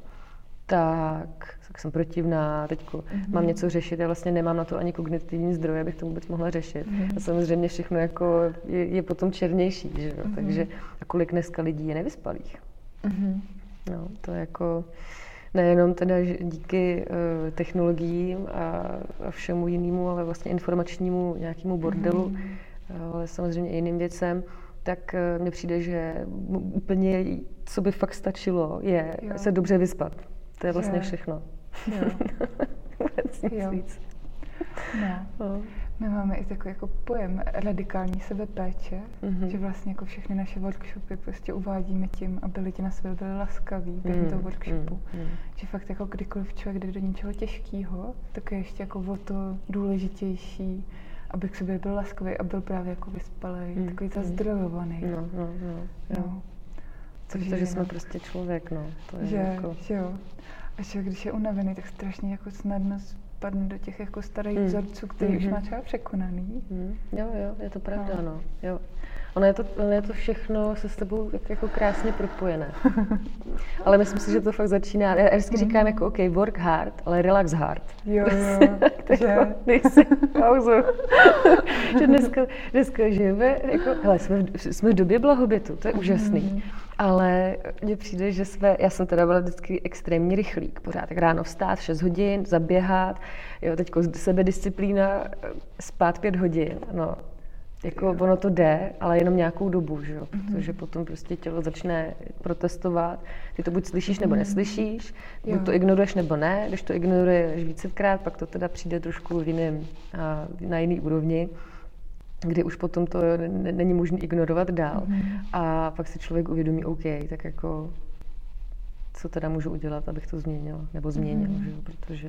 tak jsem protivná, teďko mám něco řešit, já vlastně nemám na to ani kognitivní zdroje, abych to vůbec mohla řešit. A samozřejmě všechno jako je potom černější, že jo? Takže a kolik dneska lidí je nevyspalých. No, to je jako nejenom teda díky technologiím a všemu jinému, ale vlastně informačnímu nějakému bordelu, ale samozřejmě i jiným věcem, tak mně přijde, že úplně, co by fakt stačilo, je se dobře vyspat. To je vlastně všechno. Vůbec nic víc.
No. My máme i takový jako pojem radikální sebepéče, že vlastně jako všechny naše workshopy prostě uvádíme tím, aby lidi na sebe byli laskaví během toho workshopu. Že fakt jako kdykoliv člověk jde do něčeho těžkého, tak je ještě jako o to důležitější, aby k sobě byl laskavý a byl právě jako vyspalej, takový zazdrojovaný.
No. Protože jsme prostě člověk, no. To je
že,
jako...
jo. A když je unavený, tak strašně jako snadno spadne do těch jako starých vzorců, který už má třeba překonaný.
Jo, je to pravda, no. Jo. Ono je to všechno se s tebou tak jako krásně propojené. Ale myslím si, že to fakt začíná. Já vždycky říkám jako OK, work hard, ale relax hard.
Jo.
Dej si pauzu. Že dneska žijeme, jako, hele, jsme v době blahobytu, to je úžasný. Ale mně přijde, že já jsem teda byla vždycky extrémně rychlík, pořád tak ráno vstát, 6 hodin, zaběhat, jo, teďko sebedisciplína, spát 5 hodin, no. Jako ono to jde, ale jenom nějakou dobu, že jo? Protože potom prostě tělo začne protestovat. Ty to buď slyšíš, nebo neslyšíš, buď to ignoruješ, nebo ne. Když to ignoruješ vícekrát, pak to teda přijde trošku na jiný úrovni, kdy už potom to není možné ignorovat dál. A pak si člověk uvědomí, OK, tak jako co teda můžu udělat, abych to změnila, nebo změnil, že jo? Protože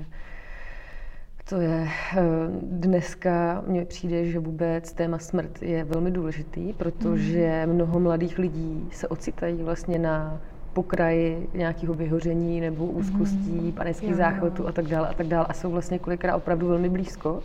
to je, dneska mně přijde, že vůbec téma smrt je velmi důležitý, protože mnoho mladých lidí se ocitají vlastně na pokraji nějakého vyhoření nebo úzkostí, panických záchvatů a tak dále a jsou vlastně kolikrát opravdu velmi blízko.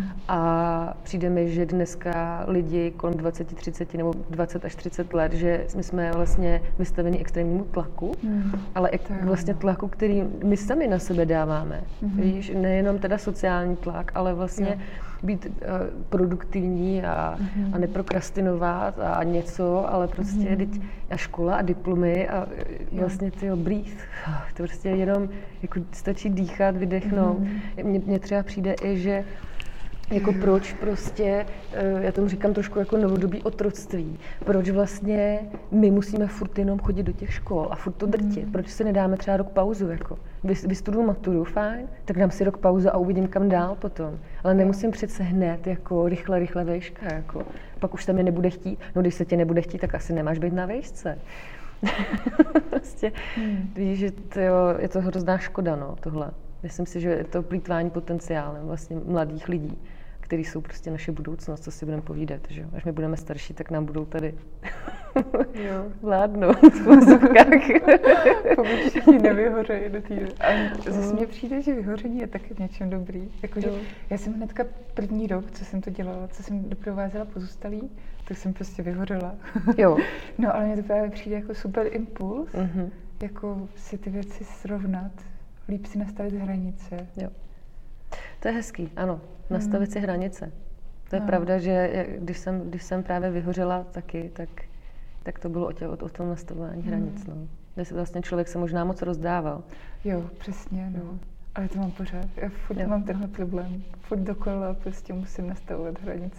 A přijde mi, že dneska lidi kolem 20, 30 nebo 20 až 30 let, že my jsme vlastně vystaveni extrémnímu tlaku, ale vlastně tlaku, který my sami na sebe dáváme. Víš, nejenom teda sociální tlak, ale vlastně být produktivní a neprokrastinovat a něco, ale prostě a škola a diplomy a vlastně breathe. To prostě jenom jako stačí dýchat, vydechnout. Mně třeba přijde i, že jako proč prostě, já tomu říkám trošku jako novodobí otroctví, proč vlastně my musíme furt jenom chodit do těch škol a furt to drtit, proč si nedáme třeba rok pauzu, jako vystuduju maturu, fajn, tak dám si rok pauzu a uvidím kam dál potom, ale nemusím přece hned jako rychle vejška, jako, pak už se mi nebude chtít, no když se tě nebude chtít, tak asi nemáš být na vejšce. Prostě, víš, že je to hrozná škoda, no, tohle. Myslím si, že je to plýtvání potenciálem vlastně mladých lidí, kteří jsou prostě naše budoucnost, co si budeme povídat, že jo. Až my budeme starší, tak nám budou tady vládnout v vozovkách.
Pokud všichni nevyhořejí do té. A zase mně přijde, že vyhoření je taky v něčem dobrý. Jakože já jsem hnedka první rok, co jsem to dělala, co jsem doprovázela pozůstalí, tak jsem prostě vyhořela.
Jo.
No ale mně to právě přijde jako super impuls, jako si ty věci srovnat, líp si nastavit hranice.
Jo. To je hezký, ano. Nastavit si hranice. To je pravda, že když jsem právě vyhořela taky, tak to bylo o tom nastavování hranic. No. Kde se vlastně člověk se možná moc rozdával.
Jo, přesně, no. Ale to mám pořád. Já furt mám tenhle problém. Furt dokola prostě musím nastavovat hranice.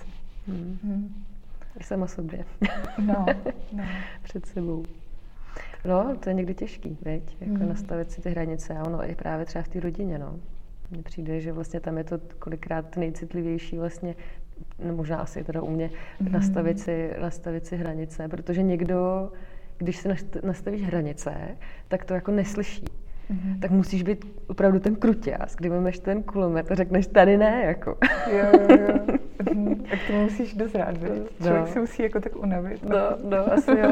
Sama sobě.
No.
Před sebou. No, to je někdy těžký, veď? Jako nastavit si ty hranice a ono i právě třeba v té rodině, no. Mně přijde, že vlastně tam je to kolikrát nejcitlivější vlastně, no možná asi teda u mě, nastavit si hranice, protože někdo, když si nastavíš hranice, tak to jako neslyší. Tak musíš být opravdu ten kruťáz, kdy máš ten kulomet a řekneš tady ne, jako.
Jo. Tak to musíš dozrát, viď? Člověk se musí jako tak unavit.
No, asi jo.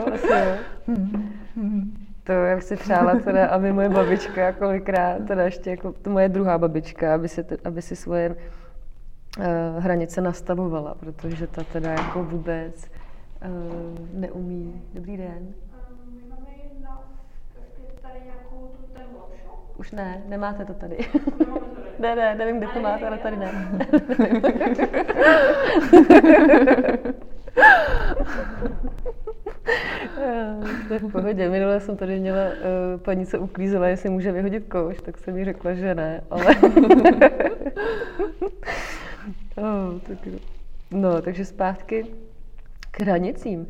To já bych si přála teda, aby moje babička kolikrát, teda ještě jako to moje druhá babička, aby si svoje hranice nastavovala, protože ta teda jako vůbec neumí. Dobrý den.
My máme tady nějakou tu temlošu?
Už ne, nemáte to tady. Ne, nevím, kde to máte, ale tady ne. To je v pohodě. Minule jsem tady měla paní, co uklízela, jestli může vyhodit koš, tak jsem jí řekla, že ne, ale... No, takže zpátky k hranicím.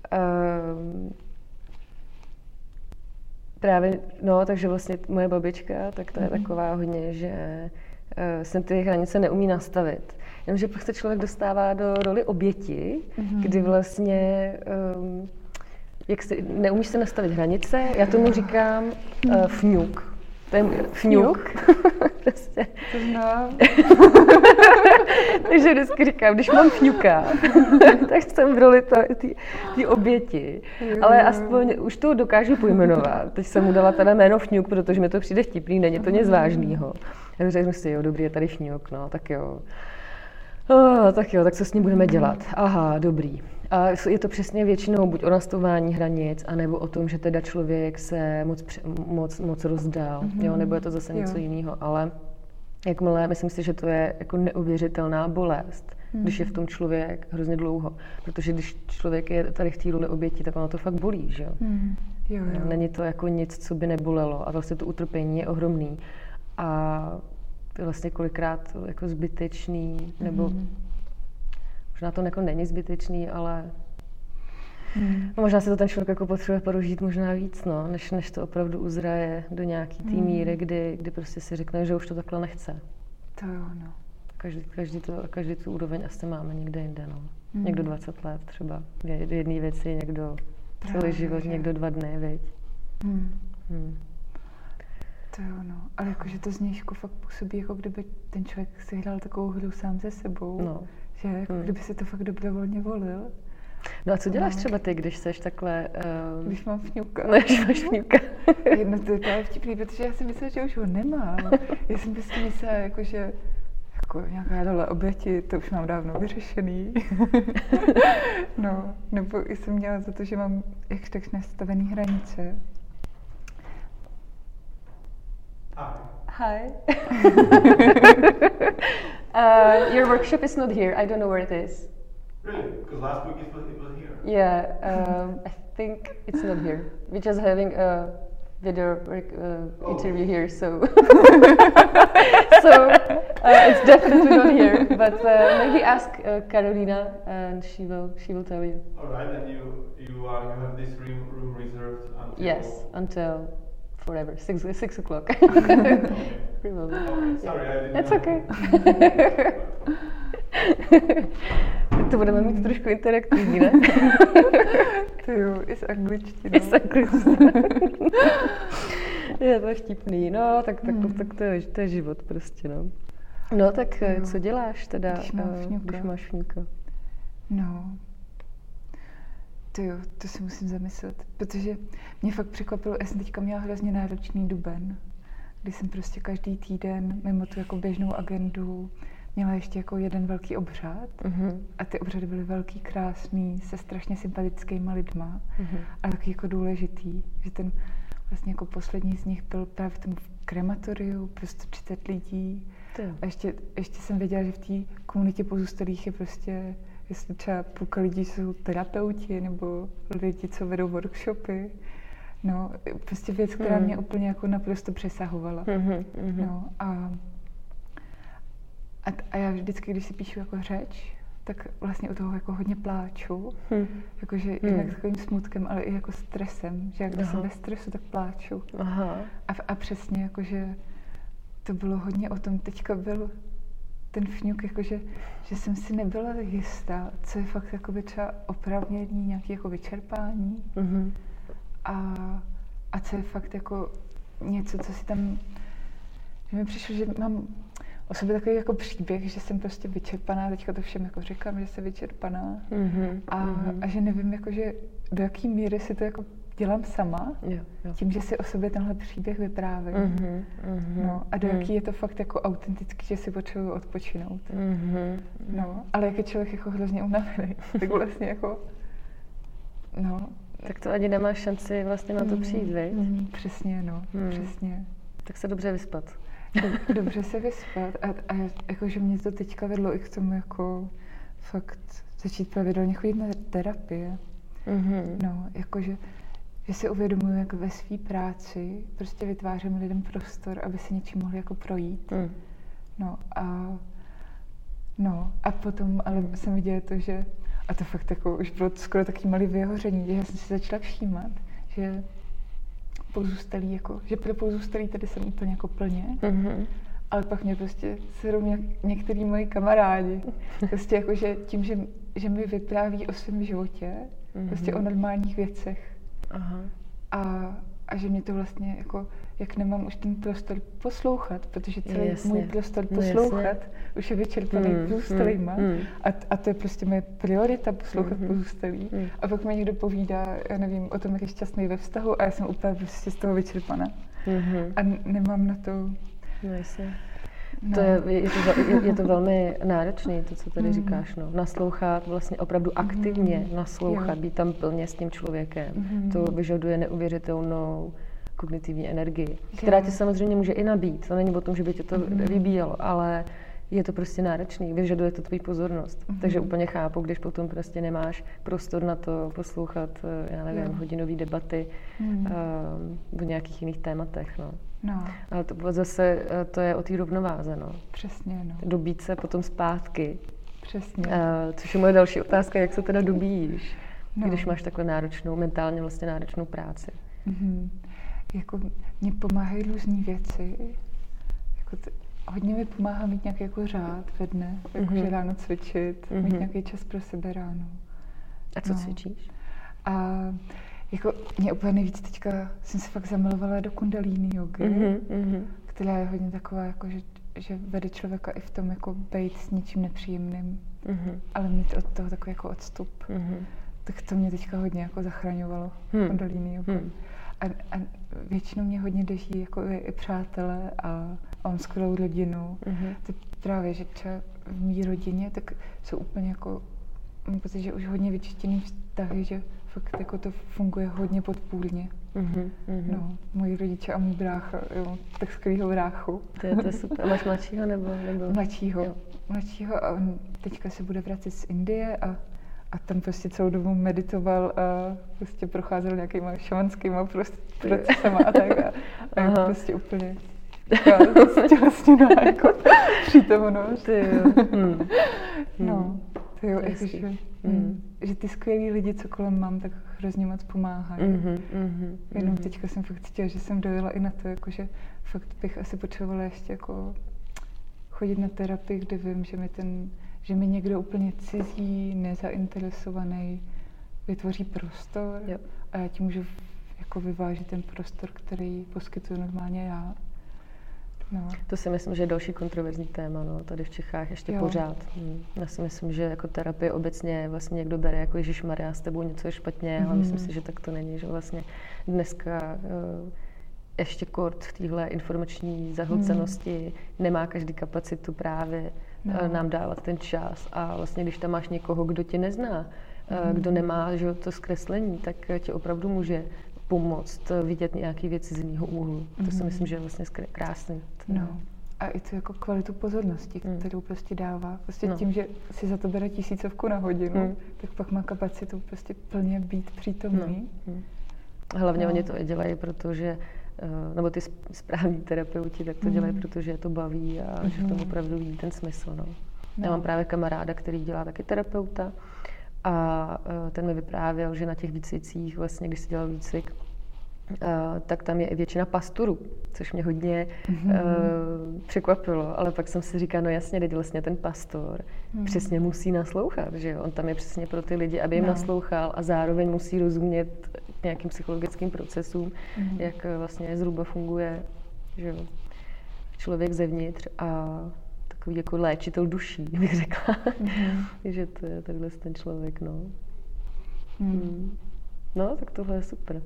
Právě, no, takže vlastně moje babička, tak ta je taková hodně, že se ty hranice neumí nastavit. Jenomže pak se člověk dostává do roli oběti, kdy vlastně neumíš se nastavit hranice, já tomu říkám fňuk. To je fňuk. Prostě.
To znám.
Takže vždycky říkám, když mám fňuka, tak jsem v roli té oběti. Ale aspoň už to dokážu pojmenovat. Teď jsem mu dala teda jméno Fňuk, protože mi to přijde vtipný, není to nic vážného. Já řeknu si, jo, dobrý, je tady Fňuk, no, tak jo. Tak jo, tak co s ním budeme dělat? Aha, dobrý. A je to přesně většinou buď o nastavování hranic, anebo o tom, že teda člověk se moc rozdál, jo, nebo je to zase něco jiného, ale jakmile, myslím si, že to je jako neuvěřitelná bolest, když je v tom člověk hrozně dlouho, protože když člověk je tady v té roli oběti, tak ono to fakt bolí, že jo?
Jo.
Není to jako nic, co by nebolelo a vlastně to utrpení je ohromný a je vlastně kolikrát jako zbytečný, nebo možná to jako není zbytečný, ale možná si to ten člověk jako potřebuje prožít možná víc, no, než to opravdu uzraje do nějaký té míry, kdy prostě si řekne, že už to takhle nechce.
To jo, no.
Každý tu úroveň asi máme někde jinde, no. Někdo 20 let třeba v jedné věci, někdo celý život, někdo 2 dny, viď.
To jo, no. Ale jakože to znějško fakt působí, jako kdyby ten člověk si hrál takovou hru sám se sebou. No. Že jako kdyby si to fakt dobrovolně volil.
No a co děláš třeba ty, když seš takhle...
Když mám fňuka.
No, když máš fňuka.
No to je právě vtipný, protože já jsem myslela, že už ho nemám. Já jsem prostě myslela, že jako nějaká role oběti, to už mám dávno vyřešený. No, nebo jsem měla za to, že mám jak tak nastavený hranice.
Hi. Your workshop is not here. I don't know where it is.
Really? Because last week it was here.
Yeah, I think it's not here. We're just having a video interview here, so it's definitely not here. But maybe ask Carolina, and she will tell you.
All right, and you have this room reserved until.
Until forever, 6 o'clock.
Okay.
Probably.
Okay, sorry, I didn't
It's
know.
okay. To budeme mít trošku interaktivní, ne?
To jo, i s angličtinou.
Je to vtipný, no, tak to je život prostě, no. No, tak co děláš teda, když máš fňuka?
No, to si musím zamyslet, protože mě fakt překvapilo, já jsem teďka měla hrozně náročný duben, kdy jsem prostě každý týden mimo tu jako běžnou agendu měla ještě jako jeden velký obřad a ty obřady byly velký, krásný, se strašně sympatickými lidma a taky jako důležitý, že ten vlastně jako poslední z nich byl právě v tom krematoriu, prostě 130 lidí a ještě jsem věděla, že v té komunitě pozůstalých je prostě, jestli třeba půlka lidí jsou terapeuti nebo lidi, co vedou workshopy. No, prostě věc, která mě úplně jako naprosto přesahovala. No, a já vždycky, když si píšu jako řeč, tak vlastně u toho jako hodně pláču. Jakože jinak takovým smutkem, ale i jako stresem. Že jak když jsem ve stresu, tak pláču. A přesně jakože to bylo hodně o tom, teďka byl ten fňuk, jakože, že jsem si nebyla jistá, co je fakt jakoby třeba oprávnění nějaké jako vyčerpání a co je fakt jako něco, co si tam, že mi přišlo, že mám o sobě takový jako příběh, že jsem prostě vyčerpaná, teďka to všem jako říkám, že jsem vyčerpaná a že nevím, jakože do jaký míry si to jako dělám sama, tím, že si o sobě tenhle příběh vyprávím. No, a do jaký je to fakt jako autentický, že si potřebuji odpočinout. No, ale jak je člověk jako hrozně unavený, tak vlastně jako, no.
Tak to ani nemáš šanci vlastně na to přijít, viď?
Přesně, no, přesně.
Tak se dobře vyspat.
Dobře se vyspat a jakože mě to teďka vedlo i k tomu jako fakt začít pravidelně chodit na terapie. No, jakože že si uvědomuji, jak ve své práci prostě vytvářím lidem prostor, aby si něčím mohli jako projít. No a potom ale jsem viděla to, že a to fakt jako už bylo skoro taky malý vyhoření, že já jsem si začala všímat, že pozůstalí jako, že pro pozůstalí tady jsem úplně jako plně, ale pak mě prostě serou některý moji kamarádi. Prostě jako, že tím, že mi vypráví o svém životě, prostě o normálních věcech. a že mě to vlastně jako, jak nemám už ten prostor poslouchat, protože celý můj prostor poslouchat už je vyčerpaný pozůstalýma a to je prostě moje priorita poslouchat pozůstalý. A pak mi někdo povídá, já nevím, o tom, jak je šťastný ve vztahu a já jsem úplně prostě z toho vyčerpaná. A nemám na to...
No jasně. No. Je to velmi náročné, to, co tady říkáš. No. Naslouchat, vlastně opravdu aktivně naslouchat, být tam plně s tím člověkem. To vyžaduje neuvěřitelnou kognitivní energii, která tě samozřejmě může i nabít. To není o tom, že by tě to vybíjelo, ale je to prostě náročný, vyžaduje to tvoji pozornost. Takže úplně chápu, když potom prostě nemáš prostor na to poslouchat, já nevím, hodinové debaty o nějakých jiných tématech. No. Ale to zase to je o té rovnováze. No.
Přesně. No.
Dobít se potom zpátky.
Přesně.
Což je moje další otázka, jak se teda dobíjíš, když máš takhle náročnou, mentálně vlastně náročnou práci.
Jako mě pomáhají různý věci. Jako hodně mi pomáhá mít nějaký jako řád ve dne, jakože ráno cvičit, mít nějaký čas pro sebe ráno.
A co cvičíš?
A jako mě úplně nejvíc teďka jsem se fakt zamilovala do kundalíny jogy, která je hodně taková, jako, že vede člověka i v tom jako bejt s ničím nepříjemným, ale mít od toho takový jako odstup. Tak to mě teďka hodně jako zachraňovalo, kundalíny joga. A většinou mě hodně drží jako i přátelé a mám skvělou rodinu. To právě, že třeba v mý rodině tak jsou úplně jako, mám pocit, že už hodně vyčištěný vztahy, že fakt jako to funguje hodně podpůrně. No, moji rodiče a můj brácha, jo, tak skvělýho bráchu.
To je super. A máš mladšího nebo?
Mladšího a on teďka se bude vracet z Indie a tam prostě celou dobu meditoval a prostě procházel nějakýma šamanskýma procesama a tak a je prostě úplně tělesněná jako přítomnost. No, to jo, jakože, že ty skvělý lidi, co kolem mám, tak hrozně moc pomáhají. Jenom teďka jsem fakt cítila, že jsem dojela i na to, jakože fakt bych asi potřebovala ještě jako chodit na terapii, kde vím, že mi někdo úplně cizí, nezainteresovaný vytvoří prostor a já ti můžu jako vyvážit ten prostor, který poskytuju normálně já. No.
To si myslím, že je další kontroverzní téma, no, tady v Čechách ještě pořád. Já si myslím, že jako terapie obecně vlastně někdo bere jako Ježišmarja, s tebou něco je špatně, ale myslím si, že tak to není, že vlastně dneska ještě kort v téhle informační zahlcenosti nemá každý kapacitu právě nám dávat ten čas a vlastně když tam máš někoho, kdo tě nezná, kdo nemá že, to zkreslení, tak tě opravdu může pomoct vidět nějaké věci z jiného úhlu. To si myslím, že je vlastně krásný.
No. A i tu jako kvalitu pozornosti, kterou prostě dává. Prostě tím, že si za to bere 1000 na hodinu, tak pak má kapacitu prostě plně být přítomný.
Hlavně oni to dělají, protože nebo ty správní terapeuti tak to dělají, protože je to baví a že v tom opravdu vidí ten smysl. No. Já mám právě kamaráda, který dělá taky terapeuta a ten mi vyprávěl, že na těch výcvicích, vlastně, když si dělal výcvik, tak tam je i většina pastorů, což mě hodně překvapilo, ale pak jsem si říkala, no jasně, teď vlastně ten pastor přesně musí naslouchat, že jo? On tam je přesně pro ty lidi, aby jim naslouchal a zároveň musí rozumět nějakým psychologickým procesům, jak vlastně zhruba funguje, že jo? Člověk zevnitř a takový jako léčitel duší, bych řekla, že to je takhle ten člověk, no. No, tak tohle je super.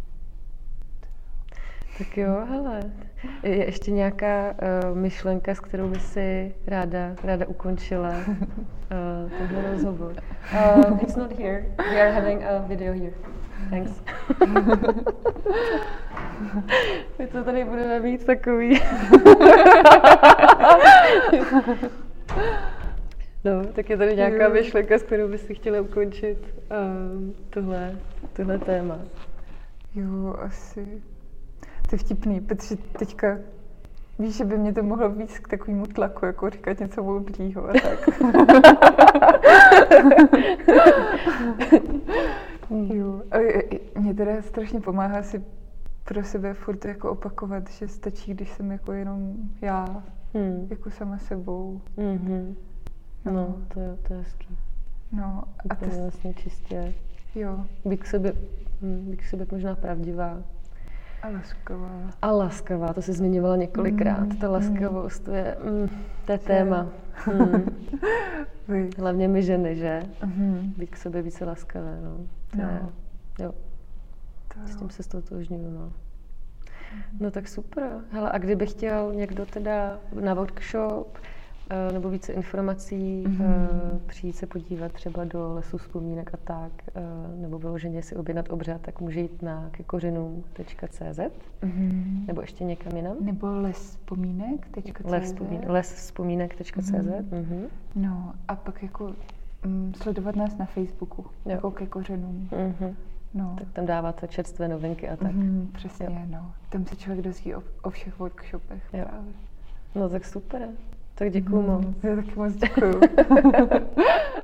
Tak jo, hele, je ještě nějaká myšlenka, s kterou by si ráda ukončila tenhle rozhovor? It's not here. We are having a video here. Thanks. My to tady budeme mít takový. No, tak je tady nějaká myšlenka, s kterou by si chtěla ukončit tohle téma.
Jo, asi. To je vtipný, protože teďka víš, že by mě to mohlo víc k takovému tlaku, jako říkat něco moudrýho a tak. Jo, ale mě teda strašně pomáhá si pro sebe furt jako opakovat, že stačí, když jsem jako jenom já, jako sama sebou.
No, to je hezký.
No,
a to je vlastně čistě.
Jo.
Být k sobě možná pravdivá.
A
laskavá, to jsi zmiňovala několikrát. Ta laskavost, to je téma. Hlavně my ženy, že? Být k sobě více laskavé, no. Jo. S tím se stotožňuju, no. No tak super. Hele, a kdyby chtěl někdo teda na workshop nebo více informací, přijít se podívat třeba do Lesu vzpomínek a tak, nebo vyloženě si objednat obřad, tak může jít na kekořenům.cz nebo ještě někam jinam?
Nebo lesvzpomínek.cz
lesvzpomínek.cz
No a pak jako sledovat nás na Facebooku, jako Kekořenům. No.
Tak tam dáváte čerstvé novinky a tak.
Přesně, no. Tam se člověk dozví o všech workshopech právě.
No tak super. Tak děkuju moc.
Já taky moc děkuju.